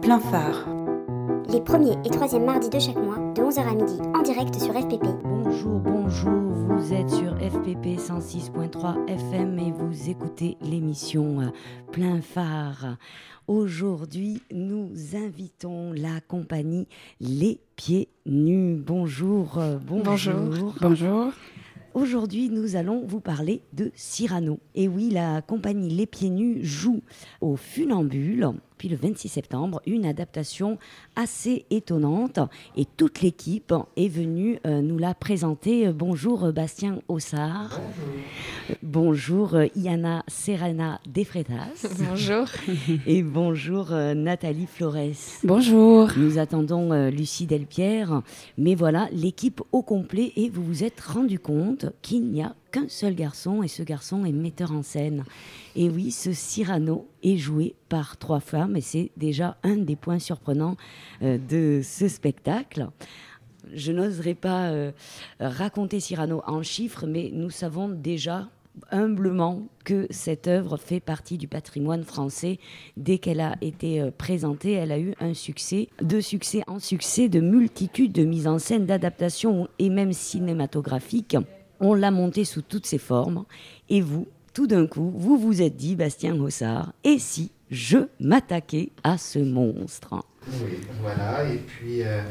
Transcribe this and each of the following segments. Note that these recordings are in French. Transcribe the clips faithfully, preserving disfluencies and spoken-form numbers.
plein phare. Les premiers et troisièmes mardis de chaque mois, de onze heures à midi, en direct sur F P P. Bonjour, bonjour, vous êtes sur F P P cent six virgule trois F M et vous écoutez l'émission Plein phare. Aujourd'hui, nous invitons la compagnie Les Pieds Nus. Bonjour, euh, bonjour. Bonjour. Bonjour. Aujourd'hui, nous allons vous parler de Cyrano. Et oui, la compagnie Les Pieds Nus joue au Funambule, puis le vingt-six septembre, une adaptation assez étonnante. Et toute l'équipe est venue euh, nous la présenter. Bonjour euh, Bastien Ossard. Bonjour. Bonjour euh, Iana Serena Defretas. Bonjour. Et bonjour euh, Nathalie Flores. Bonjour. Nous attendons euh, Lucie Delpierre. Mais voilà, l'équipe au complet. Et vous vous êtes rendu compte qu'il n'y a qu'un seul garçon, et ce garçon est metteur en scène. Et oui, ce Cyrano est joué par trois femmes, et c'est déjà un des points surprenants euh, de ce spectacle. Je n'oserais pas euh, raconter Cyrano en chiffres, mais nous savons déjà humblement que cette œuvre fait partie du patrimoine français. Dès qu'elle a été euh, présentée, elle a eu un succès, de succès en succès, de multitudes de mises en scène, d'adaptations et même cinématographiques. On l'a montée sous toutes ses formes. Et vous, tout d'un coup, vous vous êtes dit, Bastien Ossard, et si je m'attaquais à ce monstre ? Oui, voilà. Et puis, euh,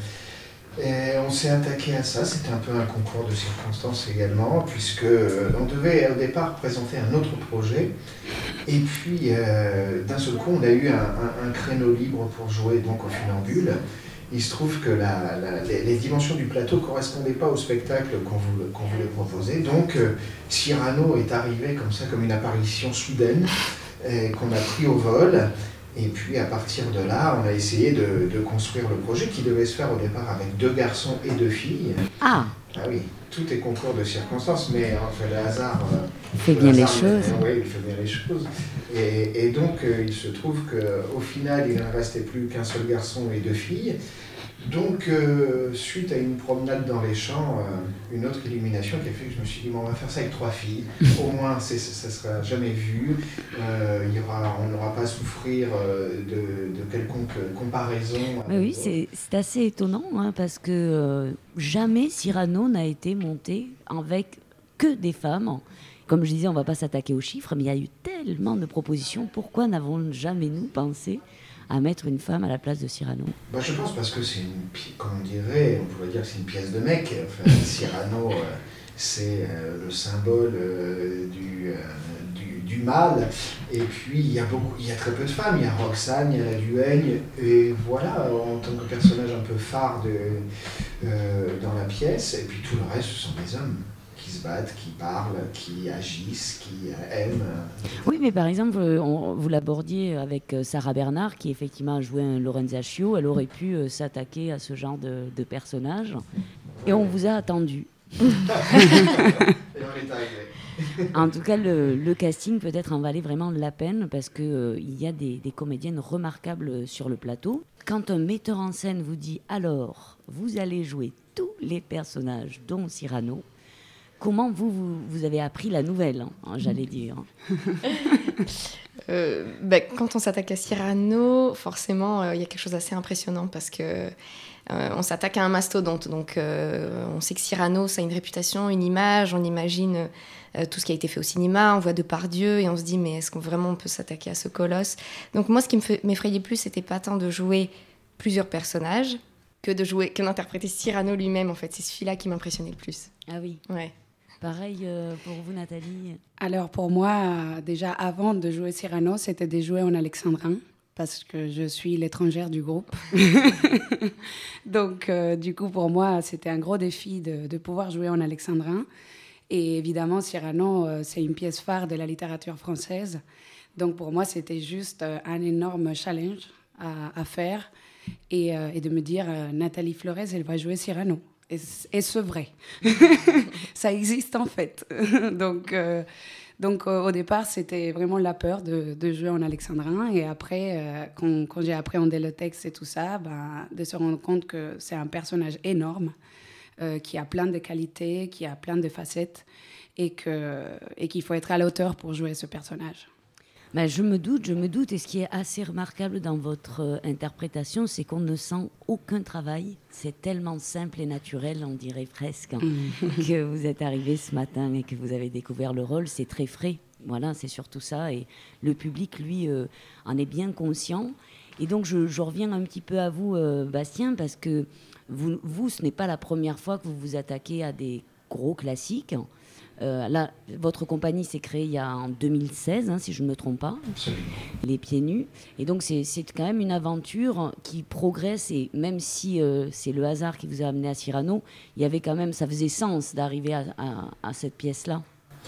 et on s'est attaqué à ça. C'était un peu un concours de circonstances également, puisque euh, on devait au départ présenter un autre projet. Et puis, euh, d'un seul coup, on a eu un, un, un créneau libre pour jouer donc au Funambule. Il se trouve que la, la, les, les dimensions du plateau ne correspondaient pas au spectacle qu'on voulait, qu'on voulait proposer. Donc, euh, Cyrano est arrivé comme ça, comme une apparition soudaine, euh, qu'on a pris au vol. Et puis, à partir de là, on a essayé de, de construire le projet qui devait se faire au départ avec deux garçons et deux filles. Ah Ah oui, tout est concours de circonstances, mais enfin, le hasard... Euh, fait le bien hasard, les choses. Oui, il fait bien les choses. Et, et donc, euh, il se trouve qu'au final, il ne restait plus qu'un seul garçon et deux filles. Donc, euh, suite à une promenade dans les champs, euh, une autre illumination qui a fait que je me suis dit, bon, on va faire ça avec trois filles. Au moins, c'est, ça ne sera jamais vu. Euh, il y aura, on n'aura pas à souffrir euh, de, de quelconque comparaison. Mais oui, c'est, c'est assez étonnant, hein, parce que euh, jamais Cyrano n'a été monté avec que des femmes. Comme je disais, on ne va pas s'attaquer aux chiffres, mais il y a eu tellement de propositions. Pourquoi n'avons jamais nous pensé à mettre une femme à la place de Cyrano ? Bah, je pense parce que c'est une, comme on dirait, on pourrait dire que c'est une pièce de mec. Enfin, Cyrano, euh, c'est euh, le symbole euh, du, euh, du, du mâle. Et puis, il y a beaucoup, il y a très peu de femmes. Il y a Roxane, il y a la Duègne. Et voilà, en tant que personnage un peu phare de, euh, dans la pièce. Et puis, tout le reste, ce sont des hommes qui se battent, qui parlent, qui agissent, qui aiment. Oui, mais par exemple, on, vous l'abordiez avec Sarah Bernard, qui effectivement a joué un Lorenzaccio. Elle aurait pu euh, s'attaquer à ce genre de, de personnage. Et on vous a attendu. Et on est arrivé. En tout cas, le, le casting peut-être en valait vraiment la peine, parce qu'il euh, y a des, des comédiennes remarquables sur le plateau. Quand un metteur en scène vous dit « Alors, vous allez jouer tous les personnages, dont Cyrano », comment vous, vous, vous avez appris la nouvelle, hein, j'allais dire. euh, bah, Quand on s'attaque à Cyrano, forcément, il euh, y a quelque chose d'assez impressionnant parce que euh, on s'attaque à un mastodonte. Donc, euh, on sait que Cyrano, ça a une réputation, une image. On imagine euh, tout ce qui a été fait au cinéma. On voit Depardieu et on se dit, mais est-ce qu'on vraiment on peut s'attaquer à ce colosse ? Donc, moi, ce qui me fait, m'effrayait plus, c'était pas tant de jouer plusieurs personnages que de jouer, que d'interpréter Cyrano lui-même. En fait, c'est celui-là qui m'impressionnait le plus. Ah oui. Ouais. Pareil euh, pour vous, Nathalie ? Alors pour moi, déjà avant de jouer Cyrano, c'était de jouer en alexandrin, parce que je suis l'étrangère du groupe. Donc euh, du coup, pour moi, c'était un gros défi de, de pouvoir jouer en alexandrin. Et évidemment, Cyrano, euh, c'est une pièce phare de la littérature française. Donc pour moi, c'était juste euh, un énorme challenge à, à faire. Et, euh, et de me dire, euh, Nathalie Flores, elle va jouer Cyrano. Est-ce vrai ? Ça existe en fait. donc, euh, donc euh, au départ, c'était vraiment la peur de, de jouer en alexandrin. Et après, euh, quand, quand j'ai appréhendé le texte et tout ça, ben, de se rendre compte que c'est un personnage énorme, euh, qui a plein de qualités, qui a plein de facettes, et, que, et qu'il faut être à la hauteur pour jouer ce personnage. Ben, je me doute, je me doute. Et ce qui est assez remarquable dans votre euh, interprétation, c'est qu'on ne sent aucun travail. C'est tellement simple et naturel, on dirait presque, que vous êtes arrivé ce matin et que vous avez découvert le rôle. C'est très frais. Voilà, c'est surtout ça. Et le public, lui, euh, en est bien conscient. Et donc, je, je reviens un petit peu à vous, euh, Bastien, parce que vous, vous, ce n'est pas la première fois que vous vous attaquez à des gros classiques. Euh, là, votre compagnie s'est créée il y a en deux mille seize, hein, si je ne me trompe pas. Absolument. Les Pieds Nus. Et donc, c'est, c'est quand même une aventure qui progresse. Et même si euh, c'est le hasard qui vous a amené à Cyrano, il y avait quand même, ça faisait sens d'arriver à, à, à cette pièce-là.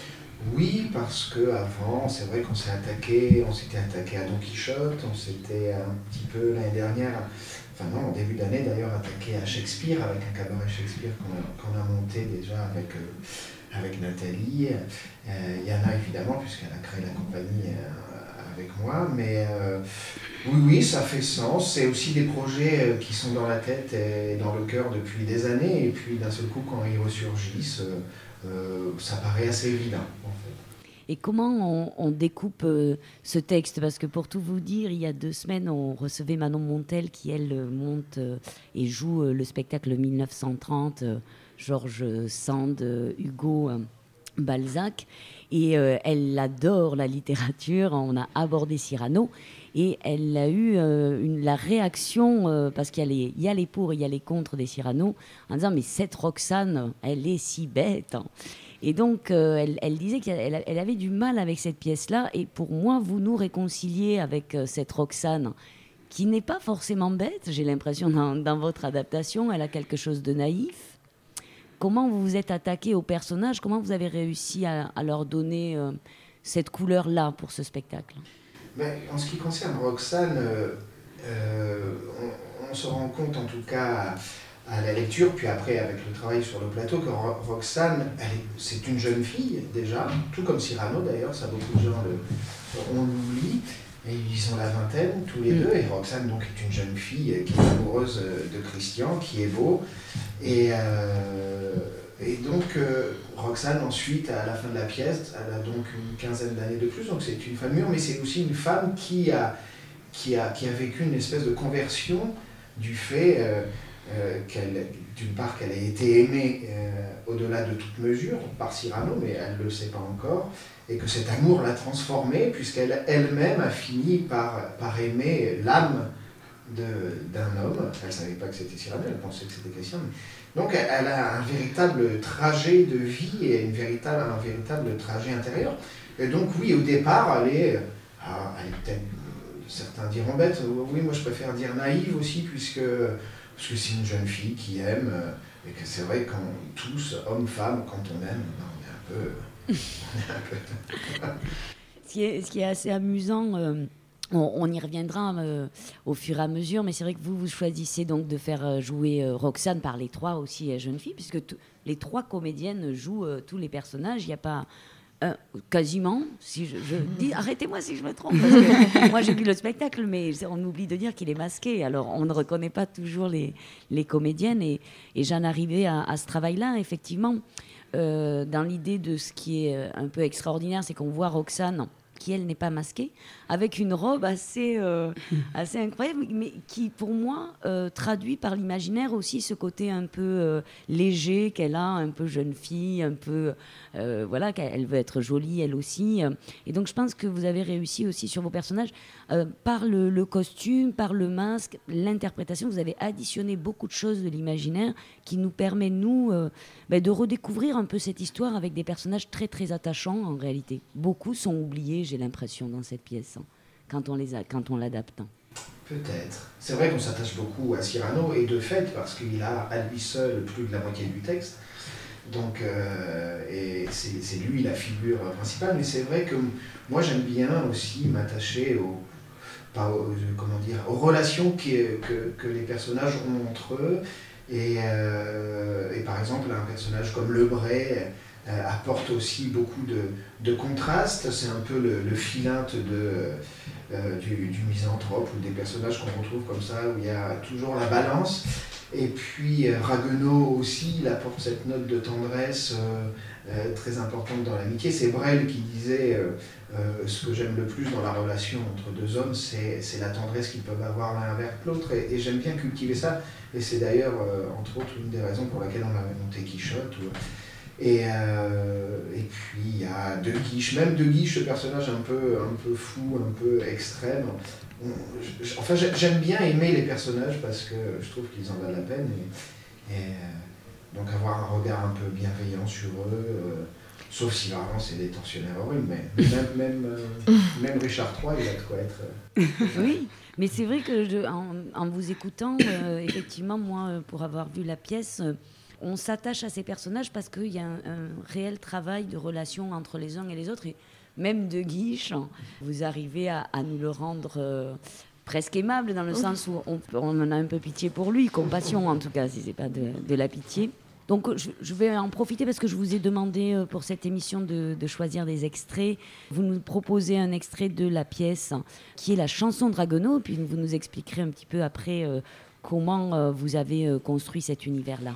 Oui, parce qu'avant, c'est vrai qu'on s'est attaqué, on s'était attaqué à Don Quichotte, on s'était un petit peu l'année dernière, enfin non, en début d'année d'ailleurs, attaqué à Shakespeare, avec un cabaret Shakespeare qu'on a, qu'on a monté déjà avec... Euh, avec Nathalie, euh, il y en a évidemment puisqu'elle a créé la compagnie euh, avec moi, mais euh, oui, oui, ça fait sens. C'est aussi des projets euh, qui sont dans la tête et dans le cœur depuis des années, et puis d'un seul coup, quand ils ressurgissent, euh, euh, ça paraît assez évident. En fait. Et comment on, on découpe euh, ce texte ? Parce que pour tout vous dire, il y a deux semaines, on recevait Manon Montel qui, elle, monte euh, et joue euh, le spectacle mille neuf cent trente, euh, Georges Sand, euh, Hugo, euh, Balzac. Et euh, elle adore la littérature. On a abordé Cyrano. Et elle a eu euh, une, la réaction, euh, parce qu'il y a, les, il y a les pour et il y a les contre des Cyrano, en disant « Mais cette Roxane, elle est si bête !» Et donc, euh, elle, elle disait qu'elle elle avait du mal avec cette pièce-là. Et pour moi, vous nous réconciliez avec euh, cette Roxane, qui n'est pas forcément bête, j'ai l'impression, dans, dans votre adaptation. Elle a quelque chose de naïf. Comment vous vous êtes attaqué aux personnages ? Comment vous avez réussi à, à leur donner euh, cette couleur-là pour ce spectacle ? Ben, en ce qui concerne Roxane, euh, euh, on, on se rend compte en tout cas à, à la lecture, puis après avec le travail sur le plateau, que Ro- Roxane, elle est, c'est une jeune fille déjà, tout comme Cyrano d'ailleurs, ça beaucoup de gens le, on l'oublie. Et ils ont la vingtaine, tous les deux, et Roxane donc, est une jeune fille qui est amoureuse de Christian, qui est beau. Et, euh, et donc, euh, Roxane, ensuite, à la fin de la pièce, elle a donc une quinzaine d'années de plus, donc c'est une femme mûre, mais c'est aussi une femme qui a, qui a, qui a vécu une espèce de conversion du fait euh, euh, qu'elle, d'une part, qu'elle a été aimée euh, au-delà de toute mesure par Cyrano, mais elle ne le sait pas encore, et que cet amour l'a transformée, puisqu'elle elle-même a fini par, par aimer l'âme de, d'un homme. Elle ne savait pas que c'était Cyrano, elle pensait que c'était Christian. Donc elle, elle a un véritable trajet de vie et une véritable, un véritable trajet intérieur. Et donc oui, au départ, elle est, ah, elle est peut-être, certains diront bête, oui, moi je préfère dire naïve aussi, puisque, parce que c'est une jeune fille qui aime, et que c'est vrai qu'on tous, hommes, femmes, quand on aime, on est un peu... ce, qui est, ce qui est assez amusant, euh, on, on y reviendra euh, au fur et à mesure, mais c'est vrai que vous, vous choisissez donc de faire jouer euh, Roxane par les trois aussi euh, jeunes filles, puisque t- les trois comédiennes jouent euh, tous les personnages. Il n'y a pas euh, quasiment, si je, je dis, arrêtez-moi si je me trompe, parce que moi j'ai vu le spectacle, mais on oublie de dire qu'il est masqué, alors on ne reconnaît pas toujours les, les comédiennes, et, et j'en arrivais à, à ce travail-là, effectivement. Euh, dans l'idée de ce qui est un peu extraordinaire, c'est qu'on voit Roxane, qui elle n'est pas masquée, avec une robe assez, euh, assez incroyable, mais qui pour moi euh, traduit par l'imaginaire aussi ce côté un peu euh, léger qu'elle a, un peu jeune fille, un peu euh, voilà, qu'elle veut être jolie elle aussi. Et donc je pense que vous avez réussi aussi sur vos personnages euh, par le, le costume, par le masque, l'interprétation. Vous avez additionné beaucoup de choses de l'imaginaire qui nous permet nous euh, ben, de redécouvrir un peu cette histoire avec des personnages très très attachants en réalité. Beaucoup sont oubliés, j'ai l'impression, dans cette pièce, hein, quand on les a, quand on l'adapte. Peut-être. C'est vrai qu'on s'attache beaucoup à Cyrano, et de fait, parce qu'il a à lui seul plus de la moitié du texte. Donc, euh, et c'est, c'est lui la figure principale, mais c'est vrai que moi j'aime bien aussi m'attacher aux, pas aux, comment dire, aux relations qui, que, que les personnages ont entre eux. Et, euh, et par exemple, un personnage comme Lebray euh, apporte aussi beaucoup de, de contrastes. C'est un peu le, le philinte de, euh, du, du misanthrope, ou des personnages qu'on retrouve comme ça, où il y a toujours la balance. Et puis euh, Ragueneau aussi, il apporte cette note de tendresse euh, euh, très importante dans l'amitié. C'est Brel qui disait euh, euh, ce que j'aime le plus dans la relation entre deux hommes, c'est, c'est la tendresse qu'ils peuvent avoir l'un avec l'autre. Et, et j'aime bien cultiver ça. Et c'est d'ailleurs, euh, entre autres, une des raisons pour laquelle on avait monté Quichotte. Ou, et, euh, et puis il y a De Guiche, même De Guiche, ce personnage un peu, un peu fou, un peu extrême. On, je, enfin, j'aime bien aimer les personnages parce que je trouve qu'ils en valent la peine. Et, et euh, donc avoir un regard un peu bienveillant sur eux, euh, sauf si vraiment c'est des tortionnaires horribles. Mais même, même, euh, même Richard trois, il a de quoi être. Euh, oui, mais c'est vrai que je, en, en vous écoutant, euh, effectivement, moi, pour avoir vu la pièce. Euh, On s'attache à ces personnages parce qu'il y a un, un réel travail de relation entre les uns et les autres. Et même De Guiche, vous arrivez à, à nous le rendre euh, presque aimable, dans le sens où on, on en a un peu pitié pour lui, compassion en tout cas, si ce n'est pas de, de la pitié. Donc je, je vais en profiter parce que je vous ai demandé pour cette émission de, de choisir des extraits. Vous nous proposez un extrait de la pièce qui est la chanson de Ragueneau, puis vous nous expliquerez un petit peu après euh, comment euh, vous avez euh, construit cet univers-là.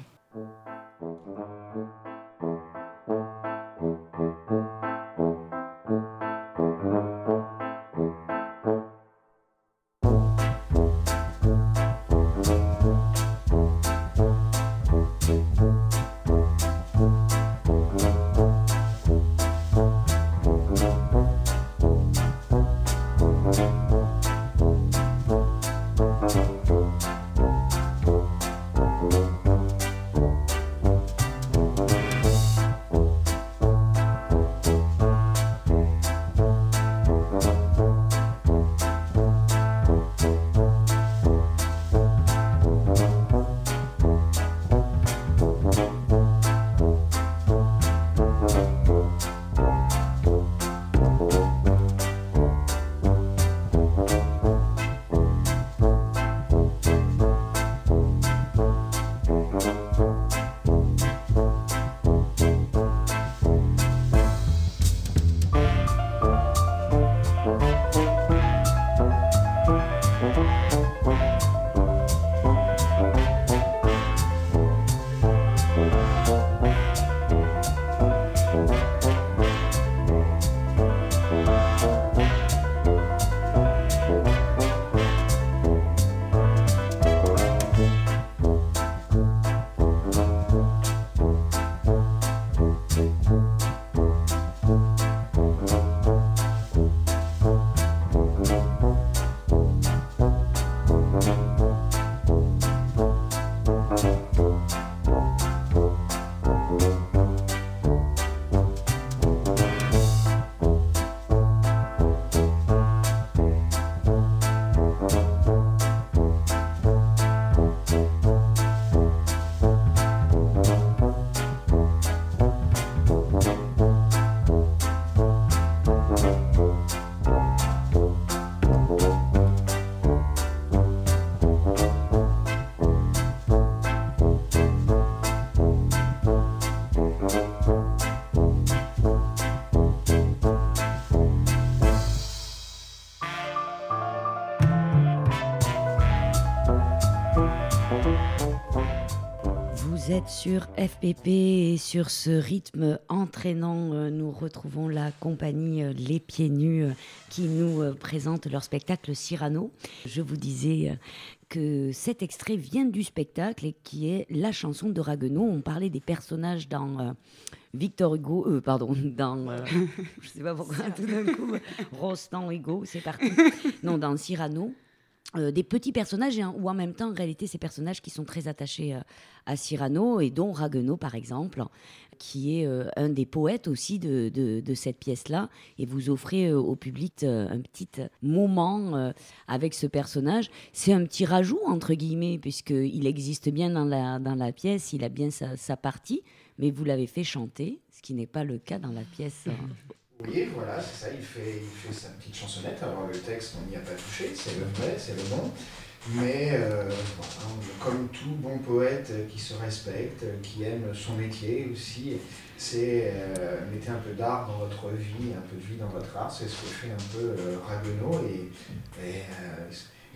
Vous êtes sur F P P et sur ce rythme entraînant, euh, nous retrouvons la compagnie euh, Les Pieds Nus euh, qui nous euh, présente leur spectacle Cyrano. Je vous disais euh, que cet extrait vient du spectacle et qui est la chanson de Ragueneau. On parlait des personnages dans euh, Victor Hugo, euh, pardon, dans, euh, je ne sais pas pourquoi tout d'un coup, Rostand Hugo, c'est parti. Non, dans Cyrano. Euh, des petits personnages, hein, ou en même temps, en réalité, ces personnages qui sont très attachés euh, à Cyrano, et dont Ragueneau, par exemple, qui est euh, un des poètes aussi de, de, de cette pièce-là. Et vous offrez euh, au public euh, un petit moment euh, avec ce personnage. C'est un petit rajout, entre guillemets, puisqu'il existe bien dans la, dans la pièce, il a bien sa, sa partie, mais vous l'avez fait chanter, ce qui n'est pas le cas dans la pièce. Hein. Oui, voilà, c'est ça, il fait, il fait sa petite chansonnette. Alors le texte, on n'y a pas touché, c'est le vrai, c'est le bon. Mais euh, voilà, comme tout bon poète qui se respecte, qui aime son métier aussi, c'est euh, mettez un peu d'art dans votre vie, un peu de vie dans votre art. C'est ce que fait un peu euh, Ragueneau. Et, et, euh,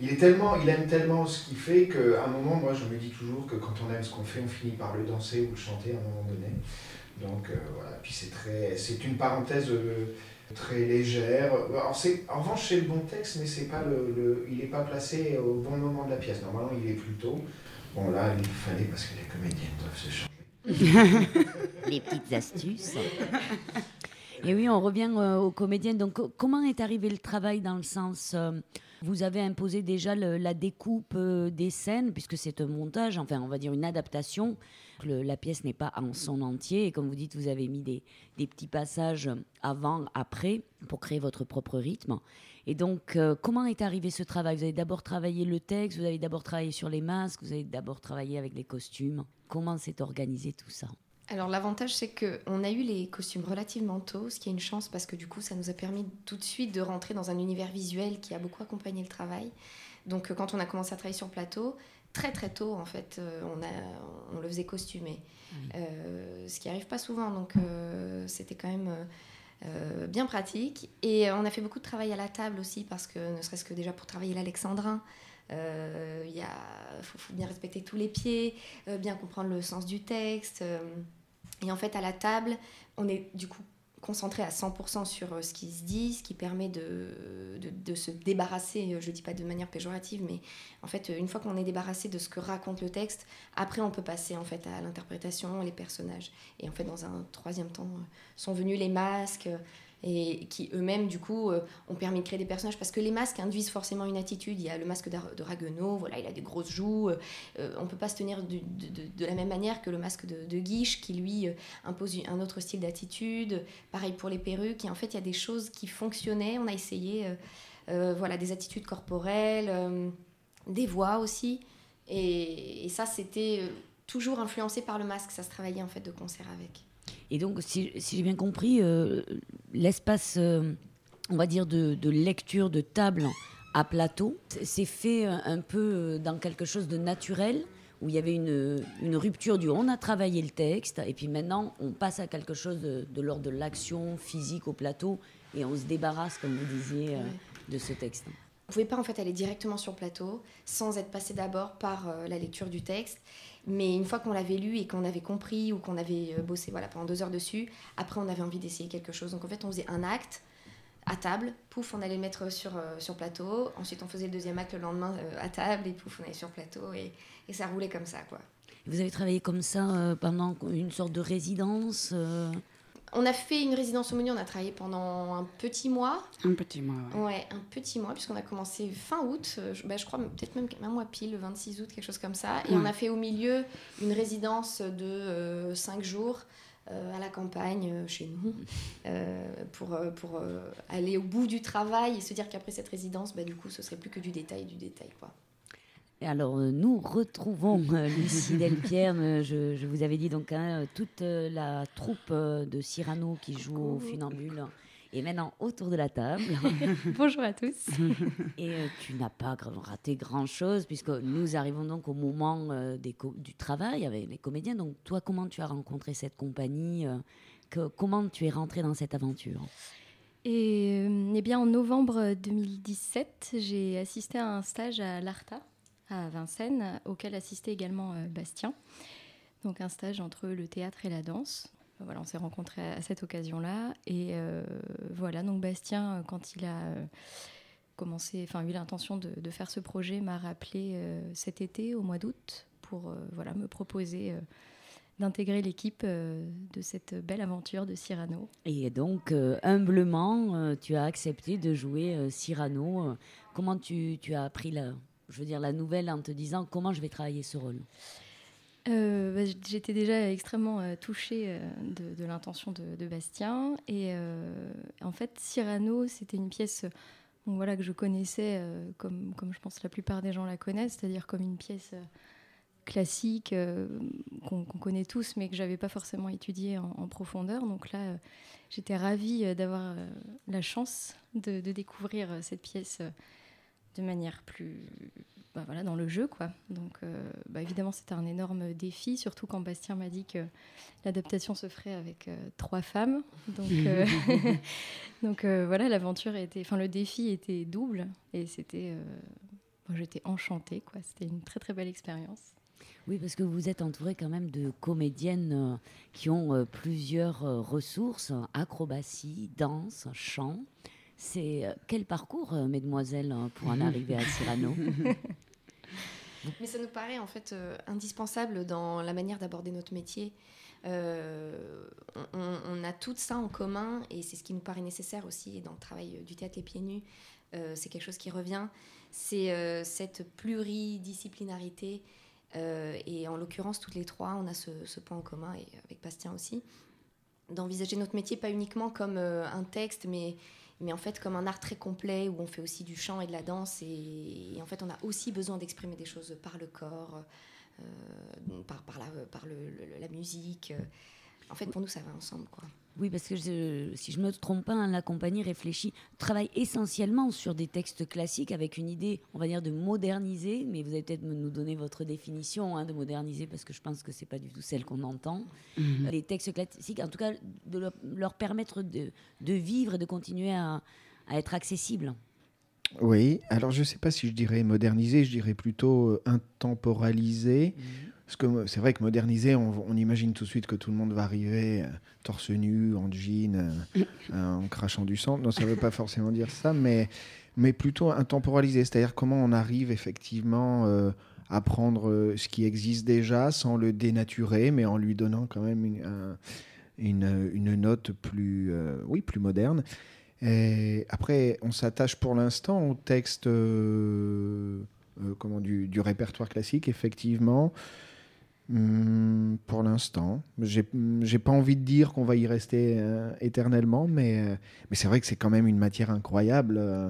il, est tellement, il aime tellement ce qu'il fait qu'à un moment, moi je me dis toujours que quand on aime ce qu'on fait, on finit par le danser ou le chanter à un moment donné. Donc euh, voilà, puis c'est, très, c'est une parenthèse euh, très légère. Alors, c'est, en revanche, c'est le bon texte, mais c'est pas le, le, il n'est pas placé au bon moment de la pièce. Normalement, il est plus tôt. Bon là, il fallait parce que les comédiennes doivent se changer. Les petites astuces. Et oui, on revient euh, aux comédiennes. Donc, comment est arrivé le travail dans le sens... Euh, vous avez imposé déjà le, la découpe euh, des scènes, puisque c'est un montage, enfin, on va dire une adaptation. Le, la pièce n'est pas en son entier. Et comme vous dites, vous avez mis des, des petits passages avant, après, pour créer votre propre rythme. Et donc, euh, comment est arrivé ce travail ? Vous avez d'abord travaillé le texte, vous avez d'abord travaillé sur les masques, vous avez d'abord travaillé avec les costumes. Comment s'est organisé tout ça ? Alors l'avantage, c'est qu'on a eu les costumes relativement tôt, ce qui est une chance parce que du coup, ça nous a permis tout de suite de rentrer dans un univers visuel qui a beaucoup accompagné le travail. Donc quand on a commencé à travailler sur le plateau, très très tôt en fait, on, a, on le faisait costumer, oui. euh, ce qui n'arrive pas souvent, donc euh, c'était quand même euh, bien pratique. Et on a fait beaucoup de travail à la table aussi parce que ne serait-ce que déjà pour travailler l'alexandrin, il euh, faut, faut bien respecter tous les pieds, euh, bien comprendre le sens du texte. Euh, et en fait, à la table, on est du coup concentré à cent pour cent sur euh, ce qui se dit, ce qui permet de, de, de se débarrasser, je ne dis pas de manière péjorative, mais en fait, une fois qu'on est débarrassé de ce que raconte le texte, après, on peut passer en fait à l'interprétation, les personnages. Et en fait, dans un troisième temps, sont venus les masques, et qui eux-mêmes, du coup, euh, ont permis de créer des personnages, parce que les masques induisent forcément une attitude. Il y a le masque de Ragueneau, voilà, il a des grosses joues, euh, on ne peut pas se tenir de, de, de, de la même manière que le masque de, de Guiche, qui lui euh, impose un autre style d'attitude. Pareil pour les perruques, et en fait, il y a des choses qui fonctionnaient, on a essayé, euh, euh, voilà, des attitudes corporelles, euh, des voix aussi, et, et ça, c'était euh, toujours influencé par le masque, ça se travaillait en fait de concert avec. Et donc, si, si j'ai bien compris, euh, l'espace, euh, on va dire, de, de lecture de table à plateau, c'est fait un peu dans quelque chose de naturel, où il y avait une, une rupture du « on a travaillé le texte », et puis maintenant, on passe à quelque chose de, de l'ordre de l'action physique au plateau, et on se débarrasse, comme vous disiez, euh, ouais. de ce texte. On ne pouvait pas en fait aller directement sur le plateau sans être passé d'abord par euh, la lecture du texte. Mais une fois qu'on l'avait lu et qu'on avait compris ou qu'on avait euh, bossé voilà, pendant deux heures dessus, après on avait envie d'essayer quelque chose. Donc en fait on faisait un acte à table, pouf on allait le mettre sur, euh, sur plateau. Ensuite on faisait le deuxième acte le lendemain euh, à table et pouf on allait sur plateau et, et ça roulait comme ça, quoi. Vous avez travaillé comme ça euh, pendant une sorte de résidence euh... On a fait une résidence au Menu, on a travaillé pendant un petit mois. Un petit mois, oui. Ouais, un petit mois, puisqu'on a commencé fin août, je, bah, je crois peut-être même un mois pile, le vingt-six août, quelque chose comme ça. Et ouais. On a fait au milieu une résidence de euh, cinq jours euh, à la campagne, euh, chez nous, euh, pour, euh, pour euh, aller au bout du travail et se dire qu'après cette résidence, bah, du coup, ce serait plus que du détail, du détail, quoi. Alors, nous retrouvons euh, Lucie Delpierre. Euh, je, je vous avais dit donc hein, toute euh, la troupe euh, de Cyrano qui joue au Funambule est maintenant autour de la table. Bonjour à tous. Et euh, tu n'as pas raté grand-chose puisque nous arrivons donc au moment euh, des co- du travail avec les comédiens. Donc, toi, comment tu as rencontré cette compagnie euh, que, comment tu es rentrée dans cette aventure ? Et, euh, eh bien, en novembre deux mille dix-sept, j'ai assisté à un stage à l'Arta, à Vincennes, auquel assistait également euh, Bastien. Donc un stage entre le théâtre et la danse. Voilà, on s'est rencontrés à, à cette occasion-là. Et euh, voilà, donc Bastien, quand il a euh, commencé, enfin eu l'intention de, de faire ce projet, m'a rappelé euh, cet été, au mois d'août, pour euh, voilà, me proposer euh, d'intégrer l'équipe euh, de cette belle aventure de Cyrano. Et donc, euh, humblement, euh, tu as accepté de jouer euh, Cyrano. Comment tu, tu as appris la... je veux dire, la nouvelle en te disant comment je vais travailler ce rôle ? euh, bah, J'étais déjà extrêmement euh, touchée euh, de, de l'intention de, de Bastien. Et euh, en fait, Cyrano, c'était une pièce donc, voilà, que je connaissais euh, comme, comme je pense la plupart des gens la connaissent, c'est-à-dire comme une pièce euh, classique euh, qu'on, qu'on connaît tous, mais que je n'avais pas forcément étudiée en, en profondeur. Donc là, euh, j'étais ravie euh, d'avoir euh, la chance de, de découvrir euh, cette pièce euh, de manière plus bah voilà, dans le jeu, quoi. Donc euh, bah évidemment c'était un énorme défi, surtout quand Bastien m'a dit que l'adaptation se ferait avec euh, trois femmes. Donc, euh, donc euh, voilà, l'aventure était, enfin le défi était double et c'était euh, Bon, j'étais enchantée, quoi. C'était une très très belle expérience. Oui, parce que vous êtes entourée quand même de comédiennes euh, qui ont euh, plusieurs euh, ressources, acrobatie, danse, chant. C'est euh, quel parcours, euh, mesdemoiselles, euh, pour en arriver à Cyrano? Mais ça nous paraît en fait euh, indispensable dans la manière d'aborder notre métier. Euh, on, on a tout ça en commun et c'est ce qui nous paraît nécessaire aussi dans le travail du théâtre Les Pieds Nus. Euh, c'est quelque chose qui revient. C'est euh, cette pluridisciplinarité. Euh, et en l'occurrence, toutes les trois, on a ce, ce point en commun, et avec Bastien aussi, d'envisager notre métier pas uniquement comme euh, un texte, mais, mais en fait comme un art très complet où on fait aussi du chant et de la danse. Et, et en fait, on a aussi besoin d'exprimer des choses par le corps, euh, par, par, la, par le, le, la musique. En fait, pour nous, ça va ensemble, quoi. Oui, parce que je, si je ne me trompe pas, hein, la compagnie réfléchit, travaille essentiellement sur des textes classiques avec une idée, on va dire, de moderniser, mais vous allez peut-être nous donner votre définition hein, de moderniser, parce que je pense que ce n'est pas du tout celle qu'on entend. Mm-hmm. Les textes classiques, en tout cas, de leur, leur permettre de, de vivre et de continuer à, à être accessibles. Oui, alors je ne sais pas si je dirais moderniser, je dirais plutôt intemporaliser. Mmh. Parce que c'est vrai que moderniser, on, on imagine tout de suite que tout le monde va arriver euh, torse nu, en jean, euh, euh, en crachant du sang. Non, ça ne veut pas forcément dire ça, mais, mais plutôt intemporaliser. C'est-à-dire comment on arrive effectivement euh, à prendre euh, ce qui existe déjà sans le dénaturer, mais en lui donnant quand même une, un, une, une note plus, euh, oui, plus moderne. Et après, on s'attache pour l'instant au texte euh, euh, comment, du, du répertoire classique, effectivement. Hum, pour l'instant, j'ai, j'ai pas envie de dire qu'on va y rester euh, éternellement, mais, euh, mais c'est vrai que c'est quand même une matière incroyable euh,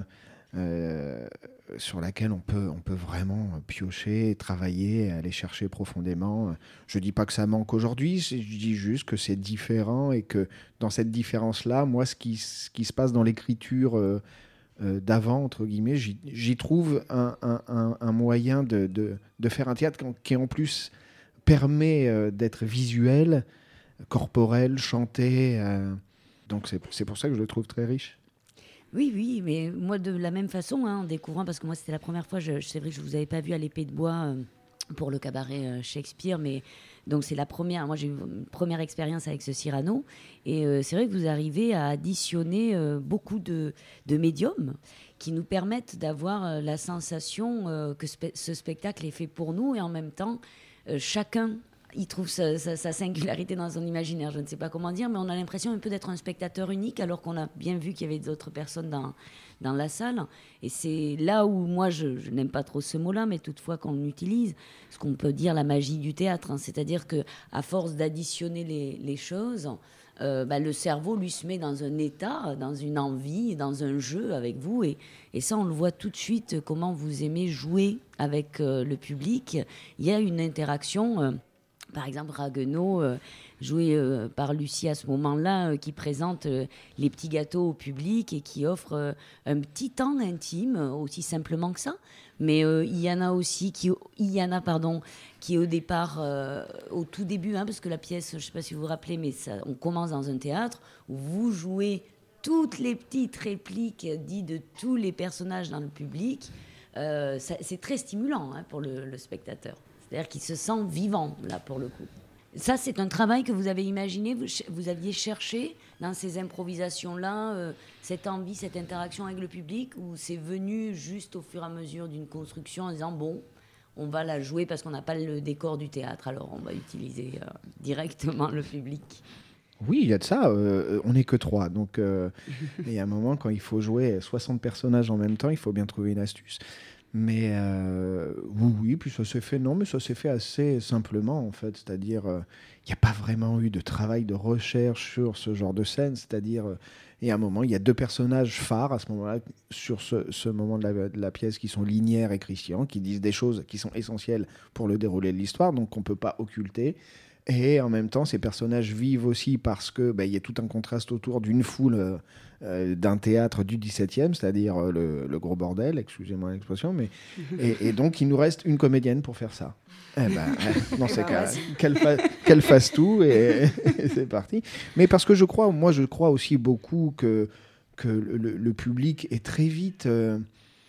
euh, sur laquelle on peut, on peut vraiment piocher, travailler, aller chercher profondément. Je dis pas que ça manque aujourd'hui, je dis juste que c'est différent et que dans cette différence-là, moi, ce qui, ce qui se passe dans l'écriture euh, euh, d'avant, entre guillemets, j'y, j'y trouve un, un, un, un moyen de, de, de faire un théâtre qui, en plus, permet euh, d'être visuel, corporel, chanté. Euh, donc c'est, c'est pour ça que je le trouve très riche. Oui, oui, mais moi de la même façon, hein, en découvrant, parce que moi c'était la première fois, je, c'est vrai que je ne vous avais pas vu à l'épée de bois euh, pour le cabaret euh, Shakespeare, mais donc c'est la première, moi j'ai eu une première expérience avec ce Cyrano, et euh, c'est vrai que vous arrivez à additionner euh, beaucoup de, de médiums qui nous permettent d'avoir euh, la sensation euh, que spe- ce spectacle est fait pour nous, et en même temps, Euh, chacun il trouve sa, sa, sa singularité dans son imaginaire, je ne sais pas comment dire, mais on a l'impression un peu d'être un spectateur unique, alors qu'on a bien vu qu'il y avait d'autres personnes dans, dans la salle. Et c'est là où moi, je, je n'aime pas trop ce mot-là, mais toutefois qu'on l'utilise, ce qu'on peut dire la magie du théâtre, hein, c'est-à-dire qu'à force d'additionner les, les choses, euh, bah, le cerveau lui se met dans un état, dans une envie, dans un jeu avec vous, et, et ça on le voit tout de suite, comment vous aimez jouer avec euh, le public. Il y a une interaction, euh, par exemple Ragueneau, euh, joué euh, par Lucie à ce moment-là, euh, qui présente euh, les petits gâteaux au public et qui offre euh, un petit temps intime, aussi simplement que ça. Mais euh, il y en a aussi qui, il y en a pardon, qui au départ, euh, au tout début, hein, parce que la pièce, je ne sais pas si vous vous rappelez, mais ça, on commence dans un théâtre où vous jouez toutes les petites répliques dites de tous les personnages dans le public. Euh, ça, c'est très stimulant hein, pour le, le spectateur. C'est-à-dire qu'il se sent vivant, là, pour le coup. Ça, c'est un travail que vous avez imaginé, vous, vous aviez cherché dans ces improvisations-là, euh, cette envie, cette interaction avec le public, ou c'est venu juste au fur et à mesure d'une construction en disant, bon, on va la jouer parce qu'on n'a pas le décor du théâtre, alors on va utiliser euh, directement le public. Oui, il y a de ça. Euh, on n'est que trois. Donc, euh, il y a un moment, quand il faut jouer soixante personnages en même temps, il faut bien trouver une astuce. Mais euh, oui, oui, puis ça s'est fait, non, mais ça s'est fait assez simplement, en fait. C'est-à-dire, il euh, n'y a pas vraiment eu de travail de recherche sur ce genre de scène. C'est-à-dire, euh, il y a un moment, il y a deux personnages phares à ce moment-là, sur ce, ce moment de la, de la pièce, qui sont Linière et Christian, qui disent des choses qui sont essentielles pour le déroulé de l'histoire, donc qu'on ne peut pas occulter. Et en même temps, ces personnages vivent aussi parce que bah, y a tout un contraste autour d'une foule euh, d'un théâtre du dix-septième, c'est-à-dire euh, le, le gros bordel, excusez-moi l'expression, mais et, et donc il nous reste une comédienne pour faire ça. Eh ben, dans ces cas, qu'elle, fa- qu'elle fasse tout et, et c'est parti. Mais parce que je crois, moi je crois aussi beaucoup que que le, le public est très vite euh,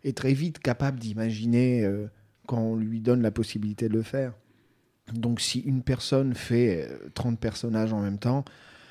est très vite capable d'imaginer euh, quand on lui donne la possibilité de le faire. Donc si une personne fait trente personnages en même temps,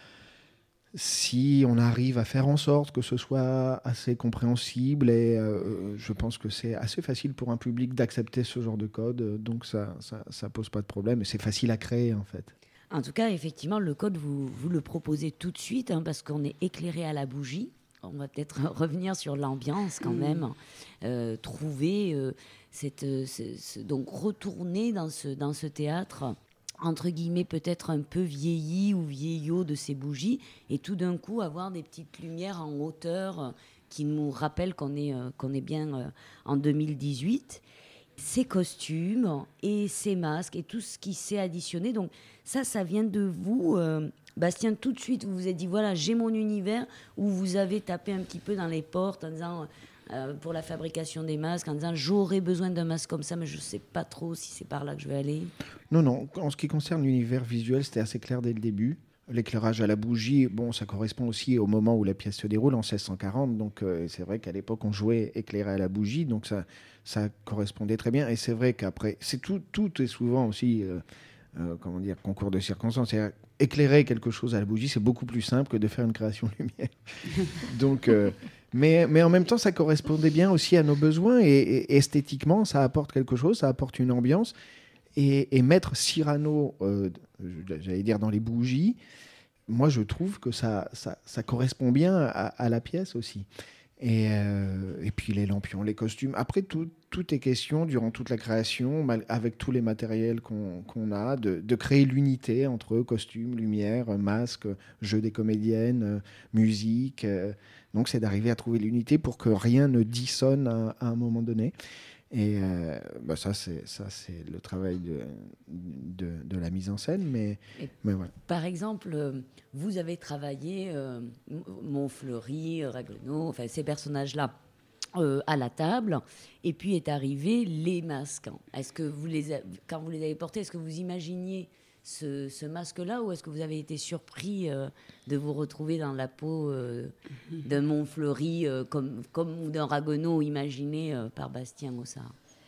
si on arrive à faire en sorte que ce soit assez compréhensible, et euh, je pense que c'est assez facile pour un public d'accepter ce genre de code, donc ça ça, ça pose pas de problème, et c'est facile à créer en fait. En tout cas, effectivement, le code, vous, vous le proposez tout de suite, hein, parce qu'on est éclairé à la bougie. On va peut-être revenir sur l'ambiance quand même, euh, trouver, euh, cette, ce, ce, donc retourner dans ce, dans ce théâtre, entre guillemets, peut-être un peu vieilli ou vieillot de ces bougies, et tout d'un coup avoir des petites lumières en hauteur euh, qui nous rappellent qu'on est, euh, qu'on est bien euh, en deux mille dix-huit. Ces costumes et ces masques et tout ce qui s'est additionné, donc ça, ça vient de vous, euh, Bastien, tout de suite, vous vous êtes dit, voilà, j'ai mon univers, où vous avez tapé un petit peu dans les portes en disant, euh, pour la fabrication des masques, en disant, j'aurais besoin d'un masque comme ça, mais je ne sais pas trop si c'est par là que je vais aller. Non, non, en ce qui concerne l'univers visuel, c'était assez clair dès le début. L'éclairage à la bougie, bon, ça correspond aussi au moment où la pièce se déroule, en seize cent quarante, donc euh, c'est vrai qu'à l'époque, on jouait éclairé à la bougie, donc ça, ça correspondait très bien, et c'est vrai qu'après, c'est tout, tout est souvent aussi... Euh, Euh, comment dire, concours de circonstances. C'est éclairer quelque chose à la bougie, c'est beaucoup plus simple que de faire une création lumière. Donc, euh, mais, mais en même temps, ça correspondait bien aussi à nos besoins, et, et esthétiquement, ça apporte quelque chose, ça apporte une ambiance. Et, et mettre Cyrano, euh, j'allais dire, dans les bougies, moi, je trouve que ça, ça, ça correspond bien à, à la pièce aussi. Et, euh, et puis les lampions, les costumes. Après, tout, tout est question, durant toute la création, mal, avec tous les matériels qu'on, qu'on a, de, de créer l'unité entre costumes, lumière, masques, jeu des comédiennes, euh, musique. Euh, donc, c'est d'arriver à trouver l'unité pour que rien ne dissonne à, à un moment donné. Et euh, bah ça, c'est, ça, c'est le travail de, de, de la mise en scène. Mais, mais voilà. Par exemple, vous avez travaillé euh, Montfleury, Ragueneau, enfin ces personnages-là euh, à la table, et puis est arrivé les masques. Est-ce que vous les a, quand vous les avez portés, est-ce que vous imaginiez ce, ce masque-là, ou est-ce que vous avez été surpris euh, de vous retrouver dans la peau euh, d'un Montfleury euh, comme, comme, ou d'un Ragueneau imaginé euh, par Bastien Ossard?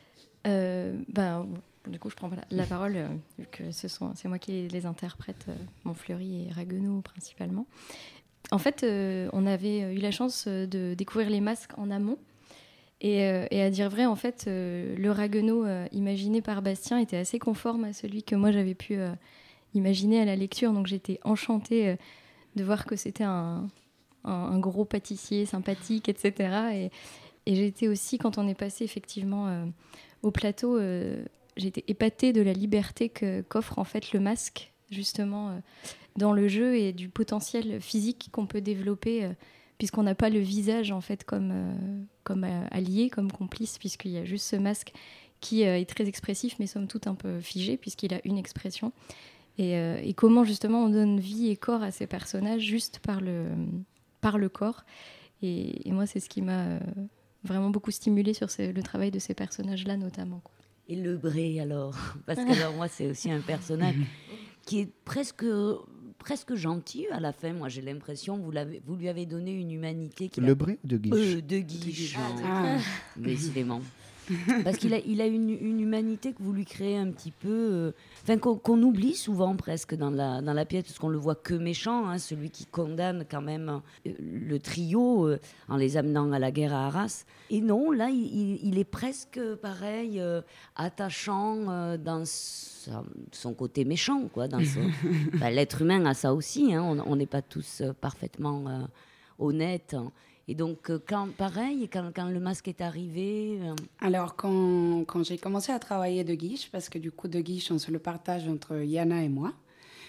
euh, ben, Du coup, je prends la, la parole, euh, vu que ce sont, c'est moi qui les interprète, euh, Montfleury et Ragueneau principalement. En fait, euh, on avait eu la chance de découvrir les masques en amont. Et, euh, et à dire vrai, en fait, euh, le Ragueneau euh, imaginé par Bastien était assez conforme à celui que moi j'avais pu euh, imaginer à la lecture. Donc j'étais enchantée euh, de voir que c'était un, un, un gros pâtissier sympathique, et cetera. Et, et j'ai été aussi, quand on est passé effectivement euh, au plateau, euh, j'ai été épatée de la liberté que, qu'offre en fait le masque, justement, euh, dans le jeu, et du potentiel physique qu'on peut développer, euh, puisqu'on n'a pas le visage en fait comme, euh, comme euh, allié, comme complice, puisqu'il y a juste ce masque qui euh, est très expressif, mais somme toute un peu figé, puisqu'il a une expression. Et, euh, et comment justement on donne vie et corps à ces personnages juste par le, par le corps. Et, et moi, c'est ce qui m'a euh, vraiment beaucoup stimulée sur ce, le travail de ces personnages-là notamment, quoi. Et le Bré, alors? Parce que alors, moi, c'est aussi un personnage qui est presque... presque gentil à la fin, moi j'ai l'impression. Vous, l'avez, vous lui avez donné une humanité qui Le a... Bré ou de Guiche euh, De Guiche, Ah. décidément. Parce qu'il a, il a une, une humanité que vous lui créez un petit peu, euh, enfin qu'on, qu'on oublie souvent presque dans la, dans la pièce, parce qu'on le voit que méchant, hein, celui qui condamne quand même euh, le trio euh, en les amenant à la guerre à Arras. Et non, là il, il est presque pareil, euh, attachant euh, dans sa, son côté méchant, quoi. Dans son... ben, l'être humain a ça aussi, hein, on n'est pas tous euh, parfaitement euh, honnêtes. Hein. Et donc, quand, pareil, quand, quand le masque est arrivé... Euh... Alors, quand, quand j'ai commencé à travailler De Guiche, parce que du coup, De Guiche, on se le partage entre Yana et moi,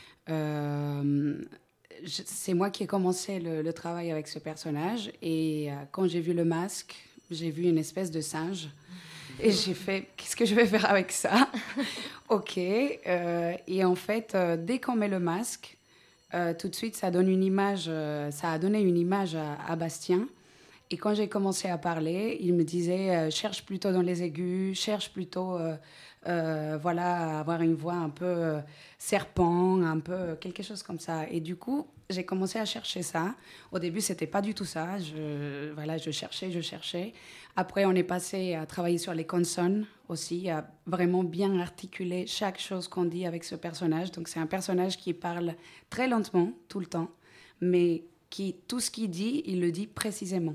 euh, je, c'est moi qui ai commencé le, le travail avec ce personnage. Et euh, quand j'ai vu le masque, j'ai vu une espèce de singe. Et j'ai fait, qu'est-ce que je vais faire avec ça? Ok. Euh, et en fait, euh, dès qu'on met le masque, Euh, tout de suite, ça donne une image, euh, ça a donné une image à, à Bastien. Et quand j'ai commencé à parler, il me disait euh, cherche plutôt dans les aigus, cherche plutôt euh, euh, voilà, à avoir une voix un peu euh, serpent, un peu quelque chose comme ça. Et du coup, j'ai commencé à chercher ça. Au début, c'était pas du tout ça. Je, voilà, je cherchais, je cherchais. Après, on est passé à travailler sur les consonnes aussi, à vraiment bien articuler chaque chose qu'on dit avec ce personnage. Donc, c'est un personnage qui parle très lentement, tout le temps, mais qui, tout ce qu'il dit, il le dit précisément.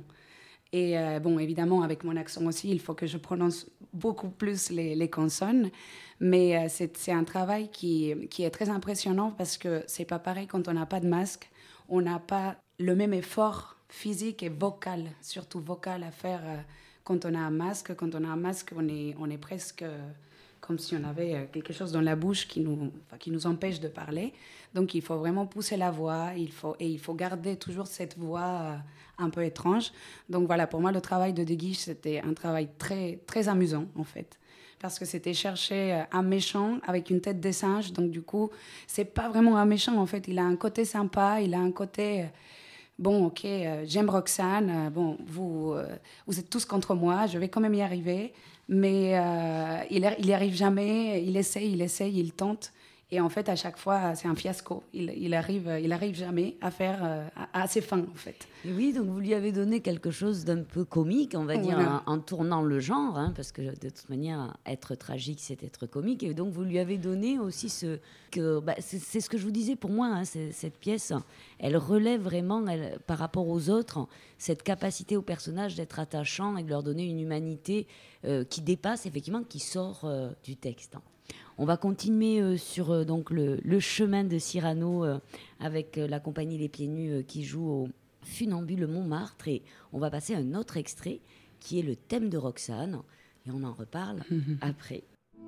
Et euh, bon, évidemment, avec mon accent aussi, il faut que je prononce beaucoup plus les, les consonnes. Mais euh, c'est, c'est un travail qui, qui est très impressionnant parce que c'est pas pareil quand on n'a pas de masque. On n'a pas le même effort physique et vocal, surtout vocal, à faire euh, quand on a un masque. Quand on a un masque, on est, on est presque euh, comme si on avait quelque chose dans la bouche qui nous, enfin, qui nous empêche de parler. Donc, il faut vraiment pousser la voix il faut, et il faut garder toujours cette voix euh, un peu étrange. Donc, voilà, pour moi, le travail de De Guiche, c'était un travail très, très amusant, en fait. Parce que c'était chercher un méchant avec une tête de singe. Donc, du coup, c'est pas vraiment un méchant, en fait. Il a un côté sympa, il a un côté... Bon, ok, euh, j'aime Roxane. Euh, bon, vous, euh, vous êtes tous contre moi. Je vais quand même y arriver. Mais euh, il n'y arrive jamais. Il essaye, il essaye, il tente. Et en fait, à chaque fois, c'est un fiasco. Il, il arrive, il arrive jamais à faire euh, à, à ses fins, en fait. Et oui, donc vous lui avez donné quelque chose d'un peu comique, on va dire, Voilà. en, en tournant le genre, hein, parce que de toute manière, être tragique, c'est être comique. Et donc vous lui avez donné aussi ce que, bah, c'est, c'est ce que je vous disais pour moi. Hein, c'est, cette pièce, elle relève vraiment, elle, par rapport aux autres, cette capacité aux personnages d'être attachants et de leur donner une humanité euh, qui dépasse effectivement, qui sort euh, du texte. On va continuer euh, sur euh, donc le, le chemin de Cyrano euh, avec euh, la compagnie Les Pieds Nus euh, qui joue au Funambule Montmartre, et on va passer à un autre extrait qui est le thème de Roxane, et on en reparle après.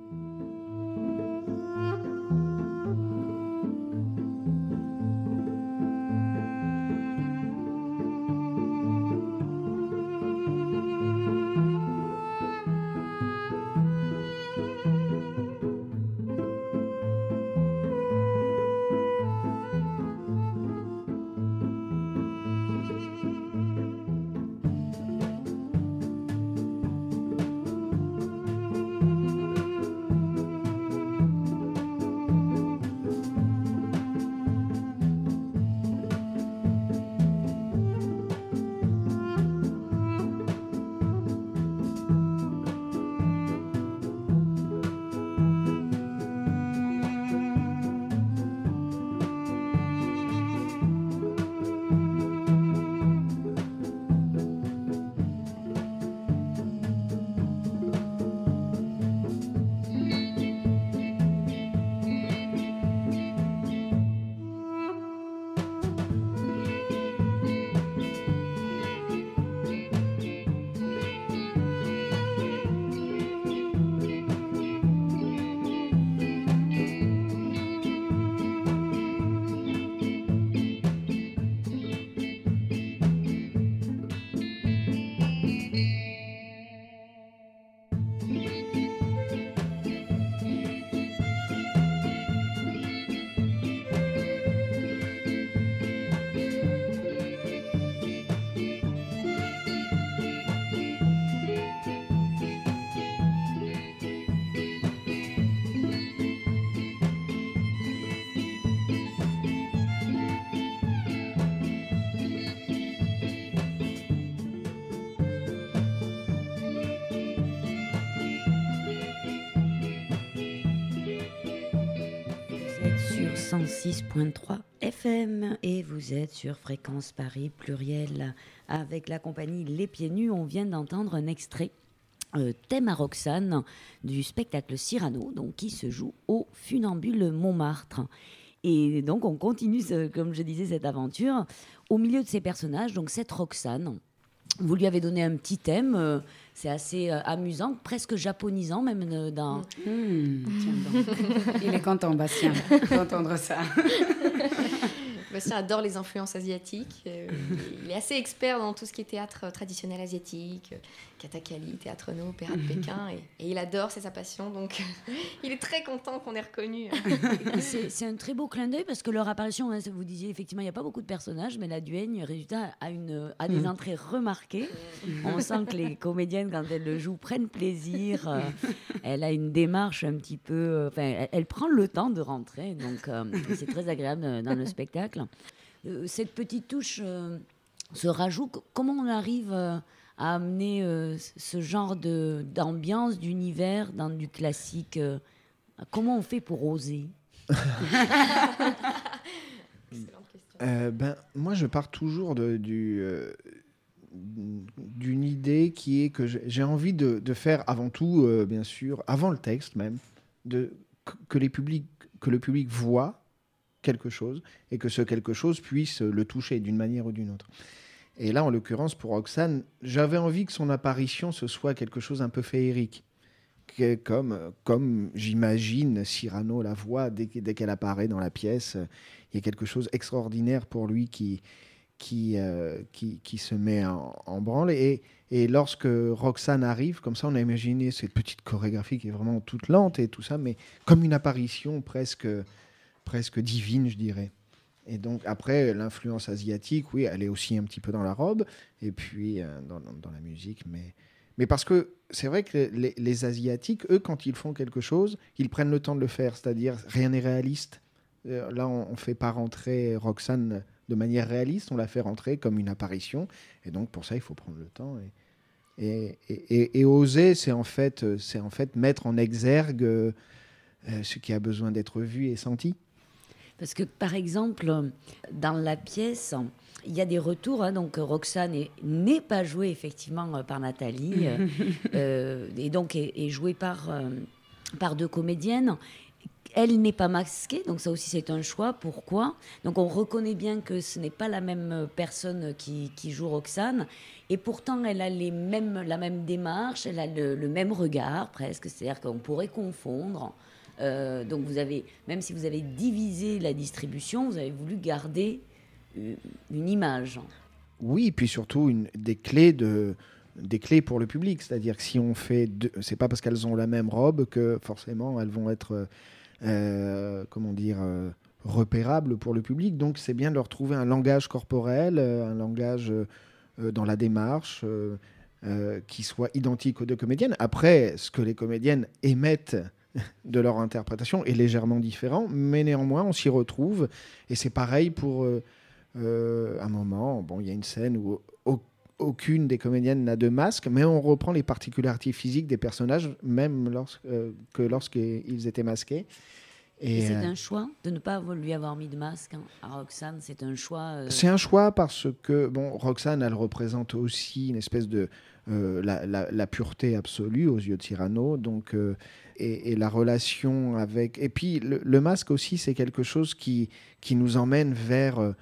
cent six point trois F M et vous êtes sur Fréquence Paris Pluriel avec la compagnie Les Pieds Nus. On vient d'entendre un extrait euh, thème à Roxane du spectacle Cyrano, donc qui se joue au Funambule Montmartre. Et donc on continue, ce, comme je disais, cette aventure au milieu de ces personnages. Donc cette Roxane, vous lui avez donné un petit thème, euh, c'est assez euh, amusant, presque japonisant même euh, dans... Mmh, tiens donc. Il est content, Bastien, d'entendre ça. Bastien adore les influences asiatiques. Euh, il est assez expert dans tout ce qui est théâtre traditionnel asiatique, euh, Kathakali, Théâtre No, Opéra de Pékin, et, et il adore, c'est sa passion, donc il est très content qu'on ait reconnu. c'est, c'est un très beau clin d'œil parce que leur apparition, hein, vous disiez effectivement, il n'y a pas beaucoup de personnages, mais la Duègne, résultat, a, une, a des entrées remarquées. On sent que les comédiennes, quand elles le jouent, prennent plaisir. Euh, elle a une démarche un petit peu... Euh, enfin, elle, elle prend le temps de rentrer, donc euh, c'est très agréable dans le spectacle. Euh, cette petite touche, euh, ce rajout, comment on arrive euh, à amener euh, ce genre de, d'ambiance, d'univers dans du classique euh, comment on fait pour oser? euh, ben, Moi, je pars toujours de, du, euh, d'une idée qui est que j'ai envie de, de faire avant tout, euh, bien sûr, avant le texte même, de, que, les publics, que le public voit quelque chose et que ce quelque chose puisse le toucher d'une manière ou d'une autre. Et là, en l'occurrence, pour Roxane, j'avais envie que son apparition, ce soit quelque chose un peu féerique. Que, comme, comme j'imagine Cyrano la voix dès, dès qu'elle apparaît dans la pièce. Il y a quelque chose d'extraordinaire pour lui qui, qui, euh, qui, qui se met en, en branle. Et, et lorsque Roxane arrive, comme ça, on a imaginé cette petite chorégraphie qui est vraiment toute lente et tout ça, mais comme une apparition presque, presque divine, je dirais. Et donc, après, l'influence asiatique, oui, elle est aussi un petit peu dans la robe, et puis euh, dans, dans la musique, mais, mais parce que c'est vrai que les, les Asiatiques, eux, quand ils font quelque chose, ils prennent le temps de le faire, c'est-à-dire rien n'est réaliste. Euh, là, on ne fait pas rentrer Roxane de manière réaliste, on la fait rentrer comme une apparition, et donc pour ça, il faut prendre le temps. Et, et, et, et, et oser, c'est en fait, c'est en fait mettre en exergue euh, ce qui a besoin d'être vu et senti. Parce que, par exemple, dans la pièce, il y a des retours. Hein, donc, Roxane est, n'est pas jouée, effectivement, par Nathalie. euh, euh, et donc, est, est jouée par, euh, par deux comédiennes. Elle n'est pas masquée. Donc, ça aussi, c'est un choix. Pourquoi ? Donc, on reconnaît bien que ce n'est pas la même personne qui, qui joue Roxane. Et pourtant, elle a les mêmes, la même démarche. Elle a le, le même regard, presque. C'est-à-dire qu'on pourrait confondre... Euh, donc vous avez, même si vous avez divisé la distribution, vous avez voulu garder une, une image. Oui, puis surtout une, des clés de, des clés pour le public, c'est-à-dire que si on fait, deux, c'est pas parce qu'elles ont la même robe que forcément elles vont être, euh, comment dire, euh, repérables pour le public. Donc c'est bien de leur trouver un langage corporel, euh, un langage euh, dans la démarche. Euh, euh, qui soit identique aux deux comédiennes. Après, ce que les comédiennes émettent de leur interprétation est légèrement différent, mais néanmoins on s'y retrouve, et c'est pareil pour euh, euh, un moment, bon, il y a une scène où au, aucune des comédiennes n'a de masque, mais on reprend les particularités physiques des personnages, même lorsque, euh, que lorsqu'ils étaient masqués. Et, et c'est euh, un choix de ne pas lui avoir mis de masque hein, à Roxane, c'est un choix... Euh... C'est un choix parce que, bon, Roxane, elle représente aussi une espèce de... Euh, la, la, la pureté absolue aux yeux de Cyrano, donc... Euh, Et, et la relation avec... Et puis, le, le masque aussi, c'est quelque chose qui, qui nous emmène vers euh,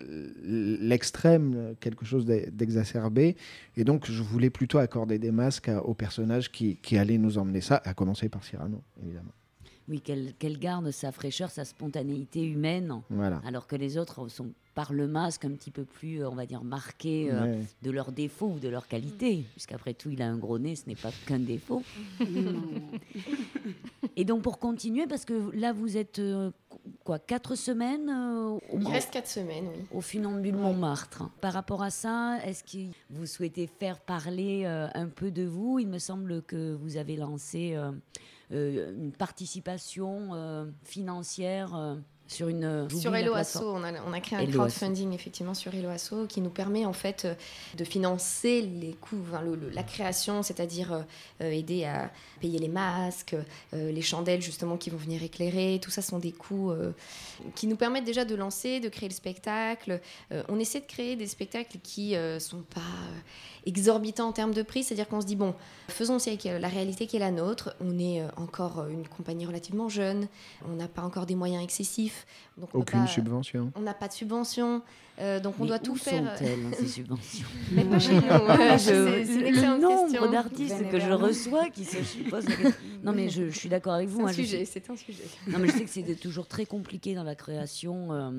l'extrême, quelque chose d'exacerbé. Et donc, je voulais plutôt accorder des masques à, aux personnages qui, qui allaient nous emmener ça, à commencer par Cyrano, évidemment. Oui, qu'elle, qu'elle garde sa fraîcheur, sa spontanéité humaine, voilà. Alors que les autres sont par le masque un petit peu plus, on va dire, marqués euh, ouais. de leurs défauts ou de leurs qualités. Puisqu'après tout, il a un gros nez, ce n'est pas qu'un défaut. Et donc, pour continuer, parce que là, vous êtes, euh, quoi, quatre semaines euh, au, Il reste quatre semaines, oui. Au Funambule ouais. Montmartre. Par rapport à ça, est-ce que vous souhaitez faire parler euh, un peu de vous ? Il me semble que vous avez lancé... Euh, Euh, une participation euh, financière euh, sur une euh, sur Hello Asso, on a, on a créé un Hello crowdfunding Asso. Effectivement sur Hello Asso qui nous permet en fait euh, de financer les coûts, enfin, le, le, la création, c'est-à-dire euh, aider à payer les masques, euh, les chandelles justement qui vont venir éclairer, tout ça sont des coûts euh, qui nous permettent déjà de lancer, de créer le spectacle. Euh, on essaie de créer des spectacles qui euh, sont pas euh, exorbitants en termes de prix, c'est-à-dire qu'on se dit bon, faisons aussi avec la réalité qui est la nôtre. On est encore une compagnie relativement jeune, on n'a pas encore des moyens excessifs. Donc Aucune pas, subvention. On n'a pas de subvention, euh, donc on mais doit tout faire. Où sont-elles hein, ces subventions? Mais pas chez nous. Ouais, je, c'est, c'est le nombre question. d'artistes que je reçois qui se posent la question. Non mais je, je suis d'accord avec vous. C'est un hein, sujet, sais... c'est un sujet. Non mais je sais que c'est toujours très compliqué dans la création. Euh,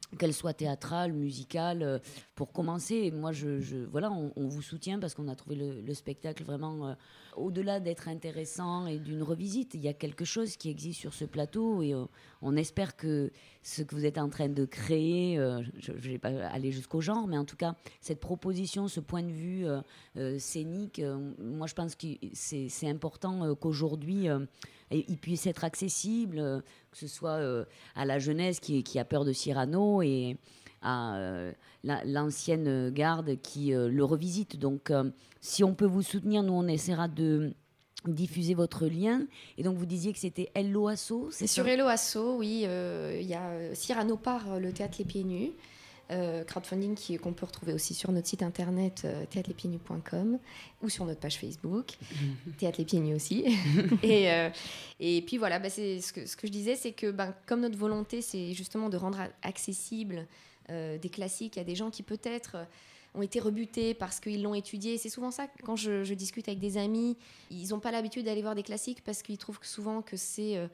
qu'elle soit théâtrale, musicale, euh, pour commencer. Moi, je, je, voilà, on, on vous soutient parce qu'on a trouvé le, le spectacle vraiment, euh, au-delà d'être intéressant et d'une revisite, il y a quelque chose qui existe sur ce plateau et euh, on espère que ce que vous êtes en train de créer, euh, je ne vais pas aller jusqu'au genre, mais en tout cas, cette proposition, ce point de vue euh, euh, scénique, euh, moi, je pense que c'est, c'est important euh, qu'aujourd'hui, euh, il puisse être accessible, euh, que ce soit euh, à la jeunesse qui, qui a peur de Cyrano et à euh, la, l'ancienne garde qui euh, le revisite. Donc, euh, si on peut vous soutenir, nous, on essaiera de diffuser votre lien. Et donc, vous disiez que c'était Hello Asso, c'est, c'est sur Hello Asso, oui. Il euh, y a Cyrano par le Théâtre Les Pieds Nus. Euh, crowdfunding qui, qu'on peut retrouver aussi sur notre site internet euh, théâtre les pieds nus point com ou sur notre page Facebook Théâtre Les Pieds Nus aussi et, euh, et puis voilà, bah, c'est, ce, que, ce que je disais, c'est que bah, comme notre volonté c'est justement de rendre accessible euh, des classiques à des gens qui peut-être euh, ont été rebutés parce qu'ils l'ont étudié. C'est souvent ça, quand je, je discute avec des amis, ils n'ont pas l'habitude d'aller voir des classiques parce qu'ils trouvent que souvent que c'est euh,